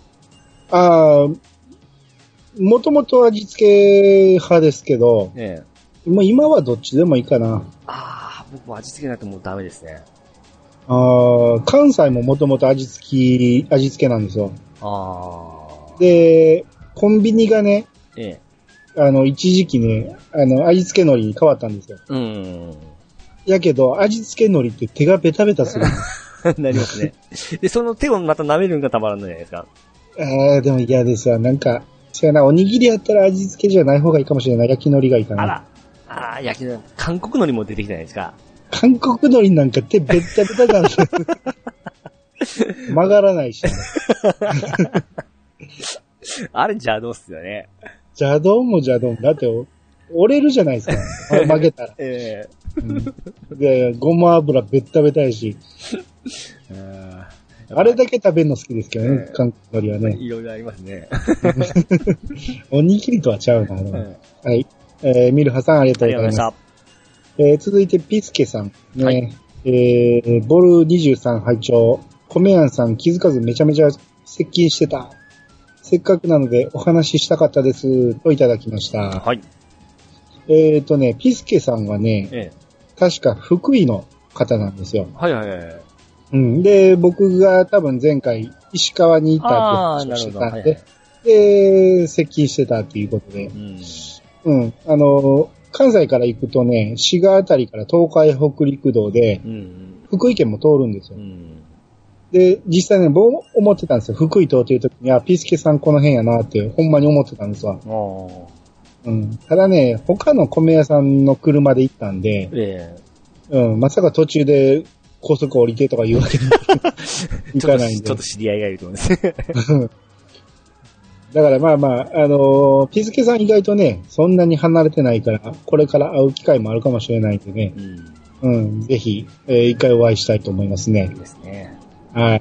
Speaker 1: もともと味付け派ですけど、もう今はどっちでもいいかな。
Speaker 2: 僕も味付けなくてもうダメですね。
Speaker 1: 関西ももともと味付けなんですよ。で、コンビニがね、一時期ね、味付け海苔に変わったんですよ。やけど、味付け海苔って手がベタベタする。
Speaker 2: なりますね。で、その手をまた舐めるのがたまらんのじゃないですか。
Speaker 1: でも嫌ですわ。なんか、そうやな、おにぎりやったら味付けじゃない方がいいかもしれない。焼き海苔がいいかな。
Speaker 2: 焼き海苔、韓国海苔も出てきたじゃないですか。
Speaker 1: 韓国海苔なんか手ベッタベタなんですよ。曲がらないし、ね。
Speaker 2: あれ邪道っすよね。
Speaker 1: 邪道も邪道も。だって、折れるじゃないですか。曲げたら。で、ごま油ベッタベタやし。あれだけ食べるの好きですけどね、韓国海苔はね。
Speaker 2: いろいろありますね。
Speaker 1: おにぎりとはちゃうな。はい。ミルハさんありがとうございます。続いてピスケさん。ね。はい、ボル23拝聴。米庵さん気づかずめちゃめちゃ接近してた。せっかくなのでお話ししたかったです。といただきました。
Speaker 2: はい。
Speaker 1: ピスケさんはね、確か福井の方なんですよ。
Speaker 2: はいはいはい。
Speaker 1: で、僕が多分前回石川に行ったって話をしてたんで、で、接近してたっていうことで、関西から行くとね、滋賀あたりから東海北陸道で、福井県も通るんですよ。で、実際ね、僕思ってたんですよ。福井通っていう時に、ピースケさんこの辺やなって、ほんまに思ってたんですわ。ただね、他の米屋さんの車で行ったんで、まさか途中で高速降りてとか言うわけにいかないんで。
Speaker 2: ちょっと知り合いがいると思います。
Speaker 1: だからまあまあ、ピースケさん意外とね、そんなに離れてないから、これから会う機会もあるかもしれないんでね。ぜひ、一回お会いしたいと思いますね。
Speaker 2: ですね。
Speaker 1: はい。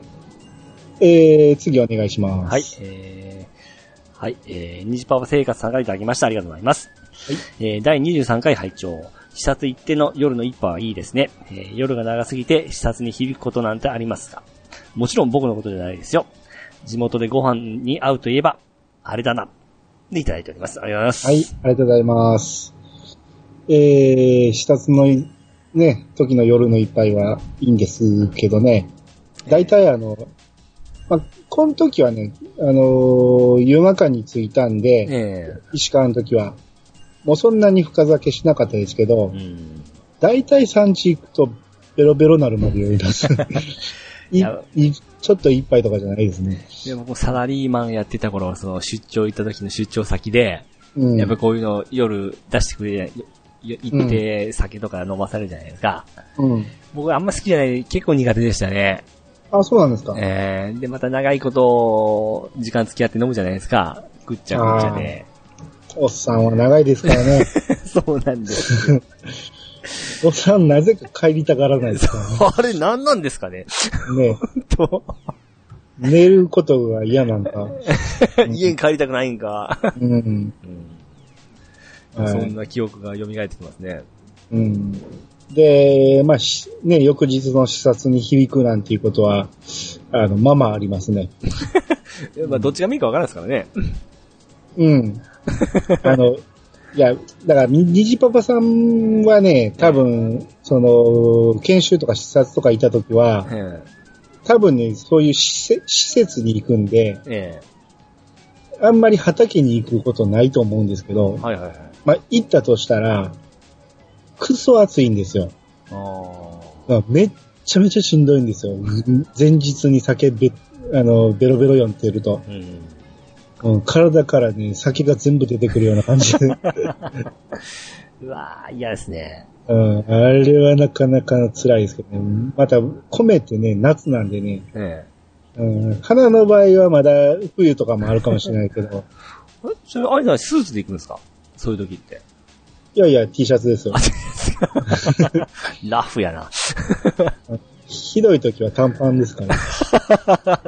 Speaker 1: 次お願いします。
Speaker 2: はい。虹パパ生活さんからいただきました。ありがとうございます。はい。第23回拝聴。視察行っての夜の一杯はいいですね。夜が長すぎて視察に響くことなんてありますか？もちろん僕のことじゃないですよ。地元でご飯に合うといえば、あれだな。でいただいております。ありがとうございます。
Speaker 1: はい、ありがとうございます。視察のね、時の夜の一杯はいいんですけどね。大体この時はね、夜中に着いたんで、石川の時は、もうそんなに深酒しなかったですけど、大体産地行くとベロベロなるまで酔い出す。ちょっと一杯とかじゃないですね。
Speaker 2: でもサラリーマンやってた頃、その出張行った時の出張先で、やっぱこういうの夜出してくれ、行って酒とか飲まされるじゃないですか。僕あんま好きじゃない、結構苦手でしたね。
Speaker 1: そうなんですか。
Speaker 2: で、また長いこと時間付き合って飲むじゃないですか。ぐっちゃぐっちゃで。
Speaker 1: おっさんは長いですからね。
Speaker 2: そうなんですよ。
Speaker 1: おっさんなぜか帰りたがらないですからね。
Speaker 2: あれ何なんですかね。
Speaker 1: ね寝ることが嫌なんか。
Speaker 2: 家に帰りたくないんか。そんな記憶が蘇ってきますね。で、翌日の視察に響くなんていうことは、ままありますね。 どっちが見るかわからないですからね。
Speaker 1: いや、だから、虹パパさんはね、多分、研修とか視察とかいたときは、多分ね、そういう施設に行くんで、 あんまり畑に行くことないと思うんですけど、
Speaker 2: はいはいはい。
Speaker 1: まあ、行ったとしたら、くそ暑いんですよ。めっちゃめちゃしんどいんですよ。前日に酒ベロベロ読んでると、体からね、酒が全部出てくるような感じで。
Speaker 2: うわー、嫌ですね。
Speaker 1: あれはなかなか辛いですけどね。また、米ってね、夏なんでね。花の場合はまだ冬とかもあるかもしれないけど。
Speaker 2: それ、あれだ、スーツで行くんですか？そういう時って。
Speaker 1: いやいや、T シャツですよ。
Speaker 2: ラフやな。
Speaker 1: ひどい時は短パンですから。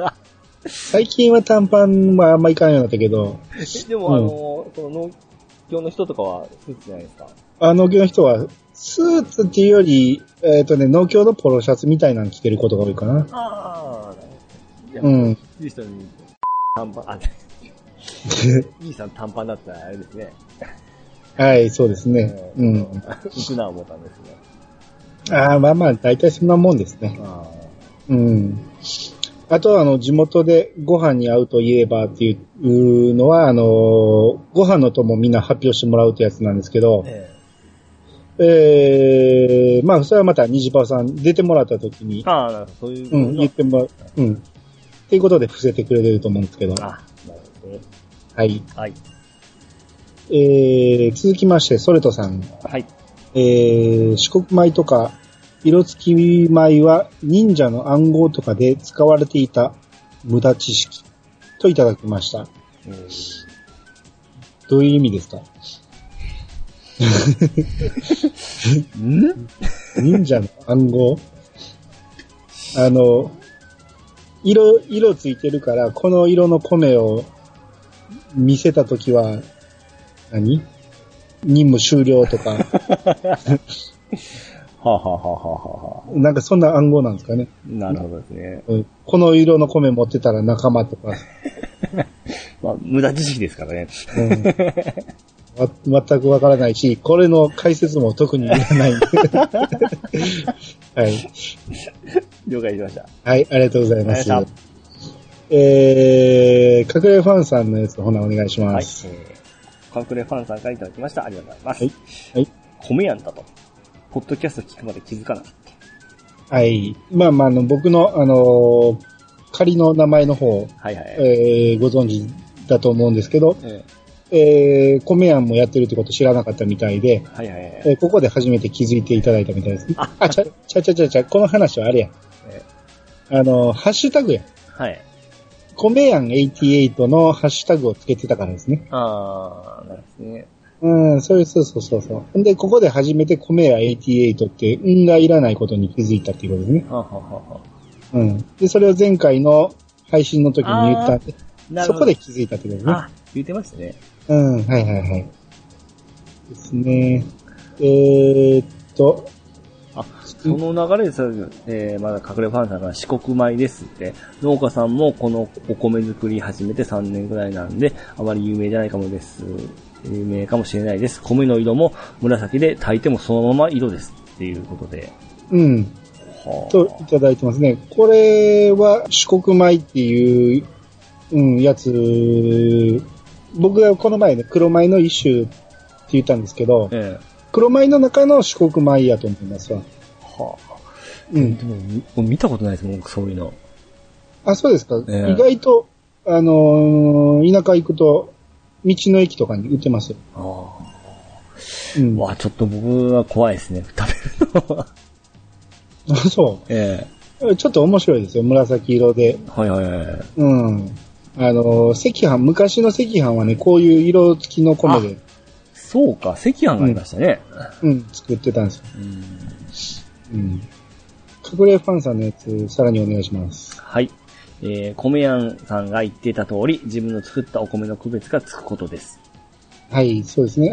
Speaker 1: 最近は短パンはあんまいかんようになったけど。
Speaker 2: でも、その農協の人とかはスーツじゃないですか？
Speaker 1: 農協の人は、スーツっていうより、農協のポロシャツみたいなの着てることが多いかな。
Speaker 2: ああ、いい人に、短パン、いいさん短パンだったらあれですね。
Speaker 1: はい、そうですね。
Speaker 2: 浮くな思ったんですね。
Speaker 1: まあまあ、大体そんなもんですね。あと地元でご飯に合うといえばっていうのは、ご飯の友みんな発表してもらうってやつなんですけど、まあ、それはまたニジパオさん出てもらった時に、
Speaker 2: そういう、
Speaker 1: 言ってもらう、っていうことで伏せてくれると思うんですけど。
Speaker 2: なるほどね。
Speaker 1: はい。はい。続きまして、ソレトさん。
Speaker 2: はい。
Speaker 1: 四国米とか、色付き米は忍者の暗号とかで使われていた無駄知識といただきました。どういう意味ですか？忍者の暗号？色ついてるから、この色の米を見せたときは、任務終了とか。なんかそんな暗号なんですかね。
Speaker 2: なるほどですね。
Speaker 1: この色の米持ってたら仲間とか。
Speaker 2: まあ、無駄知識ですからね。
Speaker 1: 全くわからないし、これの解説も特にいらない。はい。
Speaker 2: 了解しました。
Speaker 1: はい、ありがとうございます。隠れファンさんのやつのほなお願いします。
Speaker 2: はい。隠れファンさんからいただきました。ありがとうございます。
Speaker 1: はい。はい。
Speaker 2: 米やんだと。ポッドキャスト聞くまで気づかなかった。
Speaker 1: はい。まあまあ、僕の、仮の名前の方、ご存知だと思うんですけど、米やんもやってるってこと知らなかったみたいで、ここで初めて気づいていただいたみたいですね。この話はあれや。ハッシュタグや。はい。米やん88のハッシュタグをつけてたからですね。
Speaker 2: なるほどね。
Speaker 1: そう。んで、ここで初めて米や88って、運がいらないことに気づいたっていうことですね。で、それを前回の配信の時に言ったんで、そこで気づいたってことですね。
Speaker 2: 言ってましたね。
Speaker 1: はい。ですね。
Speaker 2: その流れでさ、まだ隠れファンさんが四国米ですって、農家さんもこのお米作り始めて3年くらいなんで、あまり有名じゃないかもです。有名かもしれないです。米の色も紫で炊いてもそのまま色ですっていうことで。
Speaker 1: といただいてますね。これは四国米っていう、やつ、僕がこの前ね、黒米の一種って言ったんですけど、黒米の中の四国米やと思いますわ。
Speaker 2: でも、見たことないですもん、そういうの。
Speaker 1: そうですか。意外と、田舎行くと、道の駅とかに売ってますよ。
Speaker 2: ちょっと僕は怖いですね、食べるのは。
Speaker 1: そう。ちょっと面白いですよ、紫色で。昔の赤飯はね、こういう色付きの米で。
Speaker 2: そうか、赤飯がありましたね。
Speaker 1: 作ってたんですよ。隠れファンさんのやつ、さらにお願いします。
Speaker 2: はい。米やんさんが言っていた通り、自分の作ったお米の区別がつくことです。
Speaker 1: はい、そうですね。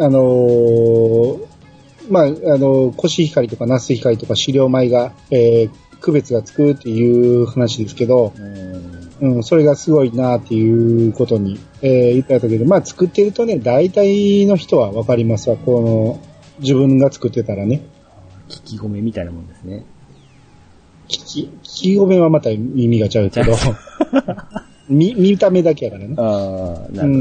Speaker 1: コシヒカリとかナスヒカリとか飼料米が、区別がつくっていう話ですけど、それがすごいなっていうことに、言ってたけど、作ってるとね、大体の人はわかりますわ。自分が作ってたらね。
Speaker 2: 利き米みたいなもんですね。
Speaker 1: 利き米はまた意味がちゃうけど。 見た目だけやからね。
Speaker 2: ああ、なるほど。うん。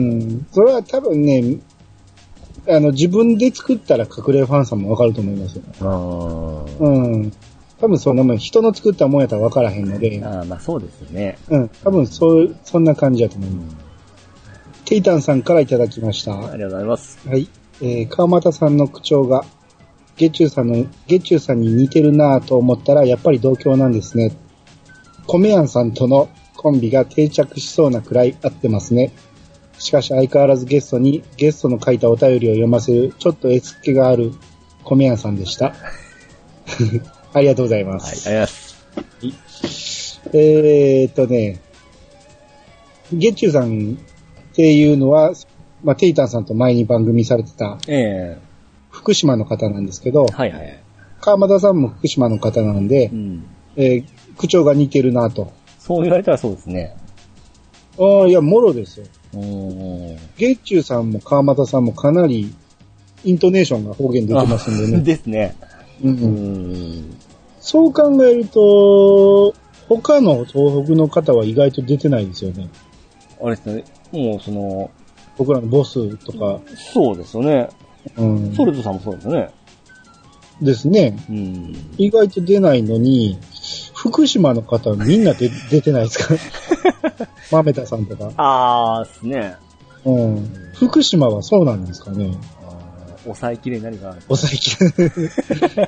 Speaker 1: それは多分ね、自分で作ったら隠れファンさんもわかると思いますよ。うん。多分そんなもん、人の作ったもんやったらわからへんので。
Speaker 2: ああ、まあそうですよね。
Speaker 1: うん。多分そんな感じだと思います。テイタンさんからいただきました。
Speaker 2: ありがとうございます。
Speaker 1: はい。川又さんの口調が、月中さんに似てるなぁと思ったら、やっぱり同郷なんですね。米庵さんとのコンビが定着しそうなくらい合ってますね。しかし相変わらずゲストの書いたお便りを読ませる、ちょっと絵付けがある米庵さんでした。ありがとうございます。
Speaker 2: はい、ありがとうございます。
Speaker 1: 月中さんっていうのは、まあ、テイタンさんと前に番組されてた、福島の方なんですけど、
Speaker 2: はいはい。
Speaker 1: 川又さんも福島の方なんで、口調が似てるなと。
Speaker 2: そう言われたらそうですね。
Speaker 1: ああ、いや、もろですよ。月中さんも川又さんもかなりイントネーションが方言出てますんでね。
Speaker 2: ですね。
Speaker 1: そう考えると、他の東北の方は意外と出てないですよね。
Speaker 2: あれですね。もう
Speaker 1: 僕らのボスとか。
Speaker 2: そうですよね。ソルトさんもそうですよね。
Speaker 1: ですね。意外と出ないのに、福島の方はみんな出てないですか豆田さんとか。
Speaker 2: ああ、ですね。
Speaker 1: 福島はそうなんですかね。
Speaker 2: 抑えきれ何がある。
Speaker 1: 抑えきれ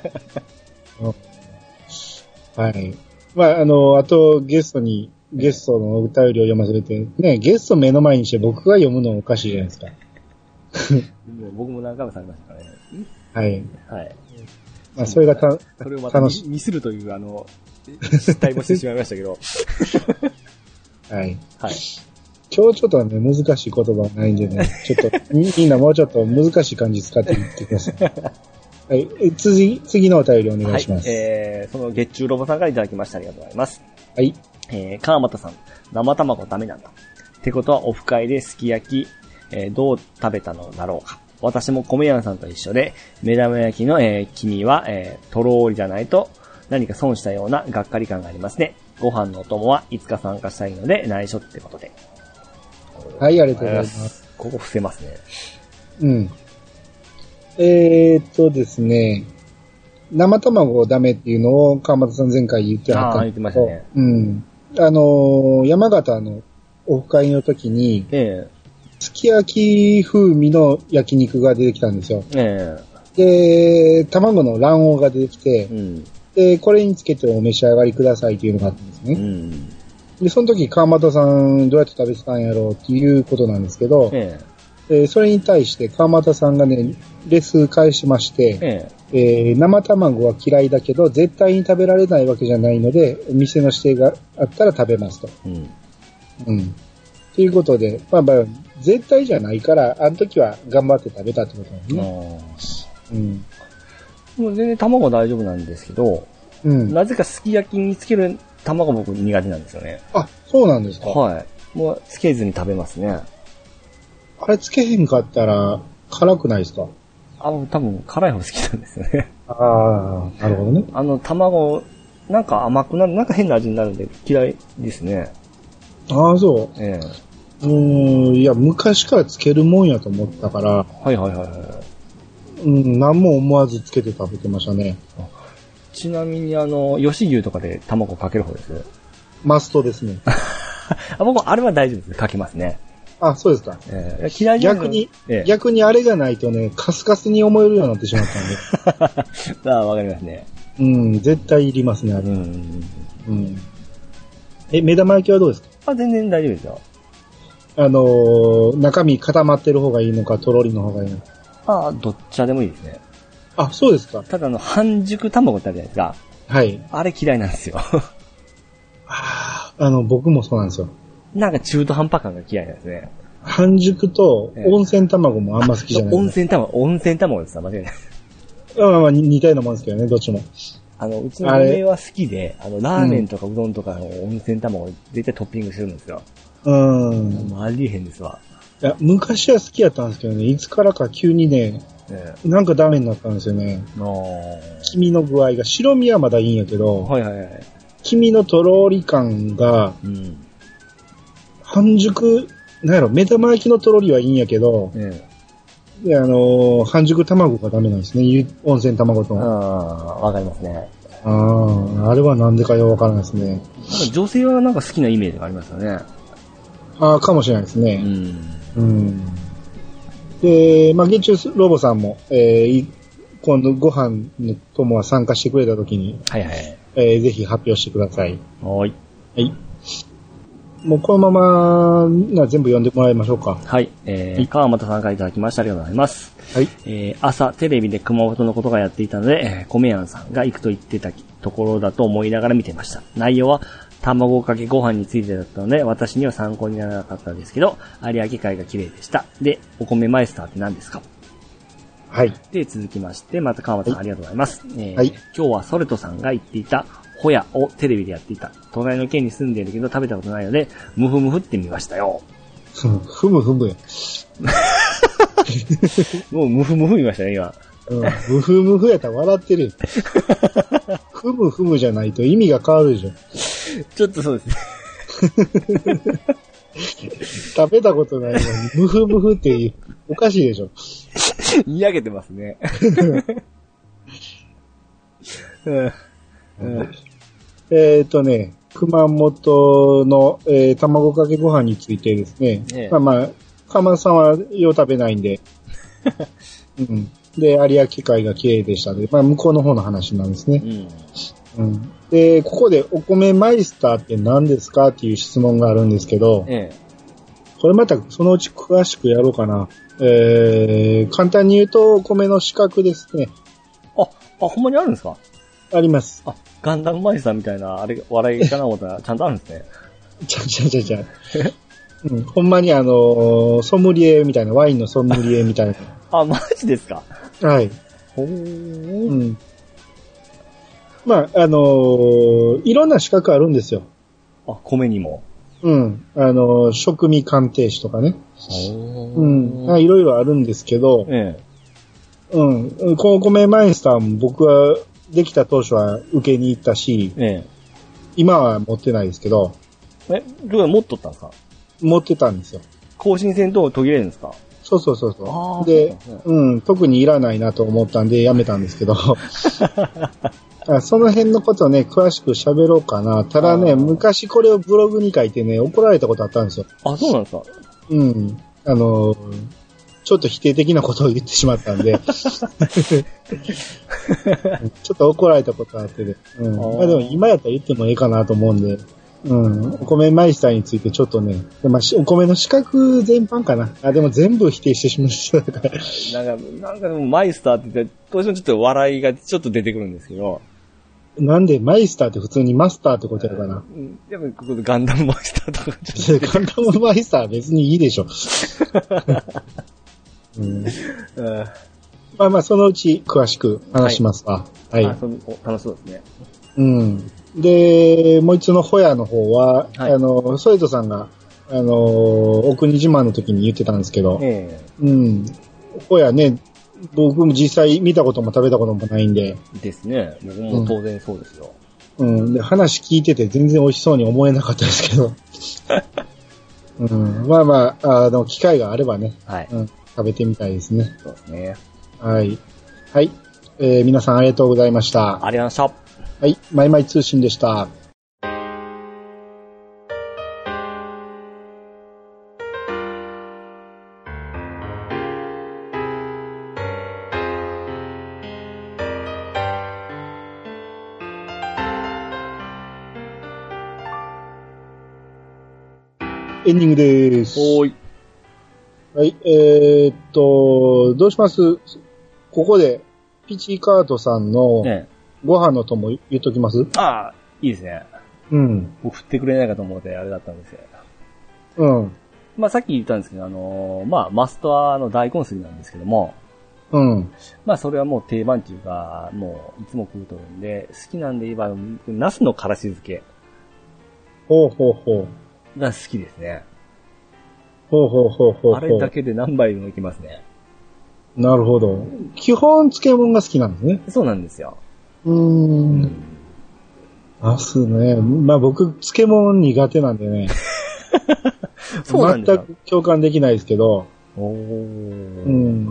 Speaker 1: はい。まあ、あとゲストのお便りを読ませて、ね、ゲスト目の前にして僕が読むのおかしいじゃないですか。
Speaker 2: 僕も何回もされましたからね。
Speaker 1: はい。
Speaker 2: はい。
Speaker 1: まあ、それが
Speaker 2: それをまたミスるという、失態もしてしまいましたけど。
Speaker 1: はい。
Speaker 2: はい。
Speaker 1: 今日ちょっとね、難しい言葉はないんでね、ちょっと、みんなもうちょっと難しい漢字使っていってください。はい。次のお便りお願いします。
Speaker 2: はい。その月中ロボさんからいただきました。ありがとうございます。
Speaker 1: はい。
Speaker 2: 川又さん、生卵ダメなんだ。ってことはオフ会ですき焼き、どう食べたのだろうか。私も米屋さんと一緒で、目玉焼きの、黄身は、とろーりじゃないと何か損したようながっかり感がありますね。ご飯のお供はいつか参加したいので内緒ってことで。
Speaker 1: はい、ありがとうございます。
Speaker 2: ここ伏せますね。
Speaker 1: うん。ですね、生卵ダメっていうのを川又さん前回言ってはったんですけど、
Speaker 2: 言ってました
Speaker 1: ね。山形のオフ会の時に、すき焼き風味の焼肉が出てきたんですよ。で、卵の卵黄が出てきて、で、これにつけてお召し上がりくださいというのがあったんですね。で、その時川又さんどうやって食べてたんやろうっていうことなんですけど、それに対して川又さんがね、レス返しまして、生卵は嫌いだけど絶対に食べられないわけじゃないので、店の指定があったら食べますと。ということで、まあ、絶対じゃないから、あの時は頑張って食べたってことなんですね。
Speaker 2: もう全然卵大丈夫なんですけど、なぜかすき焼きにつける卵僕苦手なんですよね。
Speaker 1: あ、そうなんですか。
Speaker 2: はい。もうつけずに食べますね。
Speaker 1: あれつけへんかったら辛くないですか？
Speaker 2: 多分辛い方好きなんですよね。
Speaker 1: ああ、なるほどね。
Speaker 2: 卵、なんか甘くなる、なんか変な味になるんで嫌いですね。
Speaker 1: ああ、そう。いや、昔からつけるもんやと思ったから。何も思わずつけて食べてましたね。
Speaker 2: ちなみに吉牛とかで卵かける方です。
Speaker 1: マストですね。
Speaker 2: 僕、あれは大丈夫です。かけますね。
Speaker 1: あ、そうですか。
Speaker 2: 嫌いじゃ
Speaker 1: 逆にあれがないとね、カスカスに思えるようになってしまったん
Speaker 2: で。わかりますね。
Speaker 1: 絶対いりますね、あれ。目玉焼きはどうですか？
Speaker 2: 全然大丈夫ですよ。
Speaker 1: 中身固まってる方がいいのか、とろりの方がいいのか。
Speaker 2: どっちでもいいですね。
Speaker 1: あ、そうですか。
Speaker 2: ただ半熟卵ってあるじゃないですか。
Speaker 1: はい。
Speaker 2: あれ嫌いなんですよ。
Speaker 1: 僕もそうなんですよ。
Speaker 2: なんか中途半端感が嫌いなんですね。
Speaker 1: 半熟と温泉卵もあんま好きじゃない。
Speaker 2: 温泉卵です。間違いない。
Speaker 1: まあ似たようなもんですけどね、どっちも。
Speaker 2: うちの嫁は好きで、ラーメンとかうどんとかの温泉卵を絶対トッピングしてるんですよ。ありえへんですわ。
Speaker 1: いや、昔は好きやったんですけどね、いつからか急にね、なんかダメになったんですよね。黄身の具合が、白身はまだいいんやけど、黄身のとろーり感が、 半熟、なんやろ、目玉焼きのとろりはいいんやけど、で半熟卵がダメなんですね。温泉卵と。
Speaker 2: わかりますね。
Speaker 1: あれはなんでかよくわからないですね。
Speaker 2: 女性はなんか好きなイメージがありますよね。
Speaker 1: かもしれないですね。で、まあ、月中ロボさんも、今度ご飯の友は参加してくれたときに、ぜひ発表してください。
Speaker 2: はい。
Speaker 1: もうこのまま全部読んでもらいましょうか。
Speaker 2: はい。川本さんからいただきました。ありがとうございます。はい。朝テレビで熊本のことがやっていたので、米屋さんが行くと言ってたところだと思いながら見てました。内容は卵かけご飯についてだったので、私には参考にならなかったですけど、有明海が綺麗でした。で、お米マイスターって何ですか？はい。で、続きまして、また川本さんありがとうございます。はい。今日はソルトさんが言っていた、ホヤをテレビでやっていた。隣の県に住んでいるけど食べたことないので、ムフムフってみましたよ。
Speaker 1: ふむふむや。
Speaker 2: もうムフムフ言いましたね、今。
Speaker 1: ムフムフやったら笑ってるよ。ふむふむじゃないと意味が変わるでしょ。
Speaker 2: ちょっとそうですね。
Speaker 1: 食べたことないのに、ムフムフっておかしいでしょ。
Speaker 2: 見上げてますね。
Speaker 1: 熊本の、卵かけご飯についてですね。鎌田さんはよう食べないんで。で、有明海が綺麗でしたので、向こうの方の話なんですね。で、ここでお米マイスターって何ですかっていう質問があるんですけど、これまたそのうち詳しくやろうかな。簡単に言うと、お米の四角ですね。
Speaker 2: ほんまにあるんですか？
Speaker 1: あります。
Speaker 2: ガンダムマイスターみたいな、あれ、笑いかな思ったら、ちゃんとあるんですね。
Speaker 1: ちゃ。ほんまにソムリエみたいな、ワインのソムリエみたいな。
Speaker 2: マジですか？
Speaker 1: はい。いろんな資格あるんですよ。
Speaker 2: 米にも。
Speaker 1: 食味鑑定士とかね。いろいろあるんですけど、この米マイスターも僕はできた当初は受けに行ったし、今は持ってないですけど。
Speaker 2: 持っとったんですか？
Speaker 1: 持ってたんですよ。
Speaker 2: 更新戦と途切れるんですか？
Speaker 1: そう。で、特にいらないなと思ったんでやめたんですけど。その辺のことね、詳しく喋ろうかな。ただね、昔これをブログに書いてね、怒られたことあったんですよ。
Speaker 2: そうなんですか？
Speaker 1: ちょっと否定的なことを言ってしまったんで。ちょっと怒られたことあってね。でも今やったら言ってもいいかなと思うんで。お米マイスターについてちょっとね、お米の資格全般かな。でも全部否定してしまったから。
Speaker 2: なんかでもマイスターって言って、どうしてもちょっと笑いがちょっと出てくるんですけど。
Speaker 1: なんでマイスターって普通にマスターってことやから。
Speaker 2: でもここでガンダムマイスターとかちょっと。
Speaker 1: ガンダムマイスターは別にいいでしょ。そのうち詳しく話しますわ。はい。
Speaker 2: 楽しそうですね。
Speaker 1: で、もう一つのホヤの方は、ソエトさんが、お国自慢の時に言ってたんですけど、ホヤね、僕も実際見たことも食べたこともないんで。
Speaker 2: ですね。僕も当然そうですよ。
Speaker 1: で、話聞いてて全然美味しそうに思えなかったですけど。機会があればね、食べてみたいですね。
Speaker 2: そうですね。
Speaker 1: はい。皆さんありがとうございました。
Speaker 2: ありがとうございました。
Speaker 1: はい、マイマイ通信でした。エンディングです。
Speaker 2: はい。
Speaker 1: はい、どうします？ここで、ピチカートさんの、ご飯の友言っときます？
Speaker 2: いいですね。振ってくれないかと思ってあれだったんですよ。さっき言ったんですけど、マストは大根すりなんですけども、それはもう定番っていうか、もういつも食うとるんで、好きなんで言えば、ナスのからし漬け。が好きですね。あれだけで何杯もいけますね。
Speaker 1: なるほど。基本漬物が好きなんですね。
Speaker 2: そうなんですよ。
Speaker 1: ナスね。僕、漬物苦手なんでね。
Speaker 2: そうなんですか。
Speaker 1: 全く共感できないですけど。うん。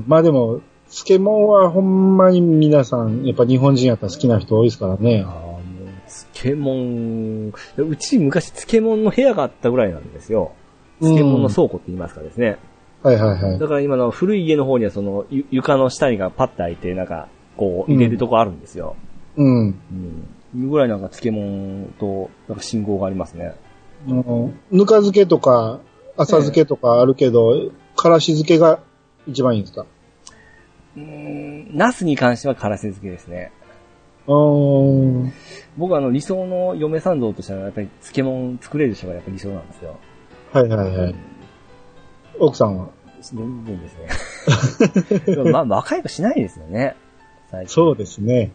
Speaker 1: まあでも、漬物はほんまに皆さん、やっぱ日本人やったら好きな人多いですからね。
Speaker 2: 漬物、うち昔漬物の部屋があったぐらいなんですよ。漬物の倉庫って言いますかですね。
Speaker 1: はいはいはい。
Speaker 2: だから今の古い家の方にはその床の下にがパッと開いて、なんか、こう入れるとこあるんですよ。うん。うん。ぐらいなんか漬物と、なんか信号がありますね。
Speaker 1: ぬか漬けとか、浅漬けとかあるけど、からし漬けが一番いいんですか？
Speaker 2: ナスに関してはからし漬けですね。僕は理想の嫁さん像としてはやっぱり漬物作れる人がやっぱり理想なんですよ。はいはいはい。
Speaker 1: 奥さんは
Speaker 2: 全然ですね。まあ若い子しないですよね。
Speaker 1: そうですね。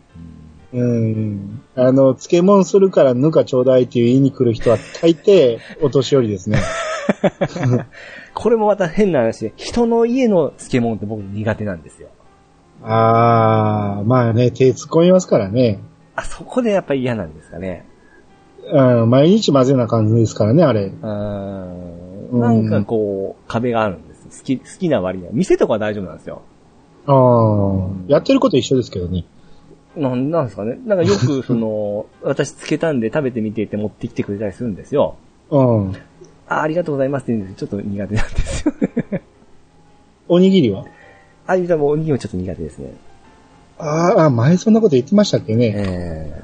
Speaker 1: 漬物するからぬかちょうだいっていう言いに来る人は大抵お年寄りですね。
Speaker 2: これもまた変な話で、人の家の漬物って僕苦手なんですよ。
Speaker 1: まあね、手突っ込みますからね。
Speaker 2: そこでやっぱり嫌なんですかね。
Speaker 1: 毎日混ぜな感じですからね、あれ。
Speaker 2: なんかこう、壁があるんです。好きな割には。店とかは大丈夫なんですよ。
Speaker 1: やってること一緒ですけどね。
Speaker 2: なんですかね。なんかよく、私つけたんで食べてみてって持ってきてくれたりするんですよ。ありがとうございますって言うんですけど、ちょっと苦手なんですよね。
Speaker 1: おにぎりは？
Speaker 2: おにぎりはちょっと苦手ですね。
Speaker 1: 前そんなこと言ってましたっけね。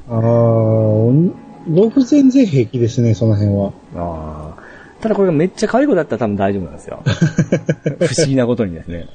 Speaker 1: 僕全然平気ですね、その辺は。
Speaker 2: ただこれがめっちゃ可愛い子だったら多分大丈夫なんですよ。不思議なことにですね。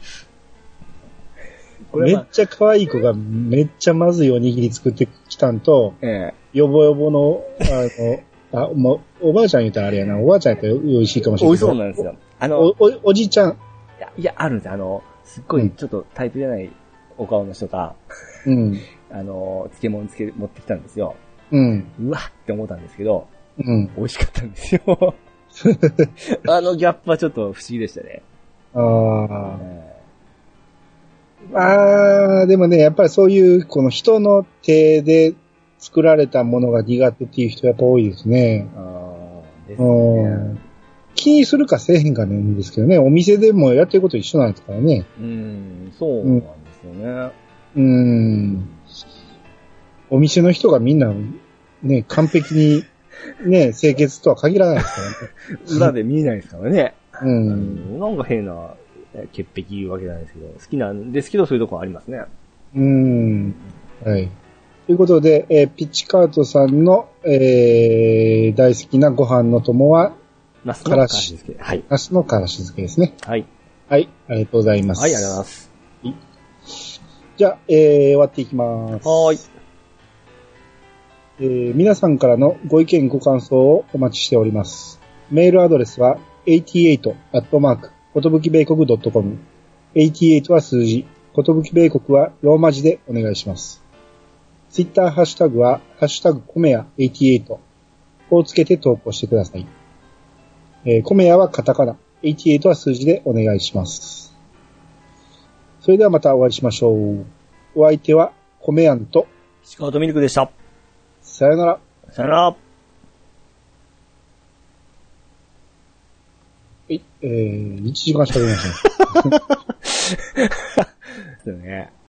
Speaker 1: めっちゃ可愛い子がめっちゃまずいおにぎり作ってきたんと、よぼよぼの、もうおばあちゃん言ったらあれやな、おばあちゃんやったら美味しいかもしれない。
Speaker 2: そうなんですよ。
Speaker 1: おじちゃん。
Speaker 2: いや、あるんですよ。すっごいちょっとタイプじゃないお顔の人が、漬物持ってきたんですよ。うわって思ったんですけど、美味しかったんですよ。ギャップはちょっと不思議でしたね。
Speaker 1: でもね、やっぱりそういう、この人の手で作られたものが苦手っていう人やっぱ多いですね。ですね。気にするかせえへんかねんですけどね、お店でもやってること一緒なんですからね。
Speaker 2: そうなんですよね。
Speaker 1: お店の人がみんな、ね、完璧に、ね、清潔とは限らないですからね。
Speaker 2: 裏で見えないですからね。なんか変な潔癖言うわけなんですけど、好きなんですけど、そういうとこありますね。
Speaker 1: はい。ということで、ピッチカートさんの、大好きなご飯の友は、
Speaker 2: ナスのからし漬け。はい。
Speaker 1: ナスのからし漬けですね。
Speaker 2: はい。
Speaker 1: はい、ありがとうございます。
Speaker 2: はい、ありがとうございます。
Speaker 1: じゃあ、終わっていきます。
Speaker 2: はい。
Speaker 1: 皆さんからのご意見ご感想をお待ちしております。メールアドレスは 88@ ことぶき米国 .com。88は数字、ことぶき米国はローマ字でお願いします。ツイッターハッシュタグは、ハッシュタグコメヤ88をつけて投稿してください。コメヤはカタカナ、88は数字でお願いします。それではまたお会いしましょう。お相手はコメヤンと
Speaker 2: 石川とミルクでした。
Speaker 1: さよなら。
Speaker 2: さよなら。はい、
Speaker 1: 1時間喋りました。
Speaker 2: そうね。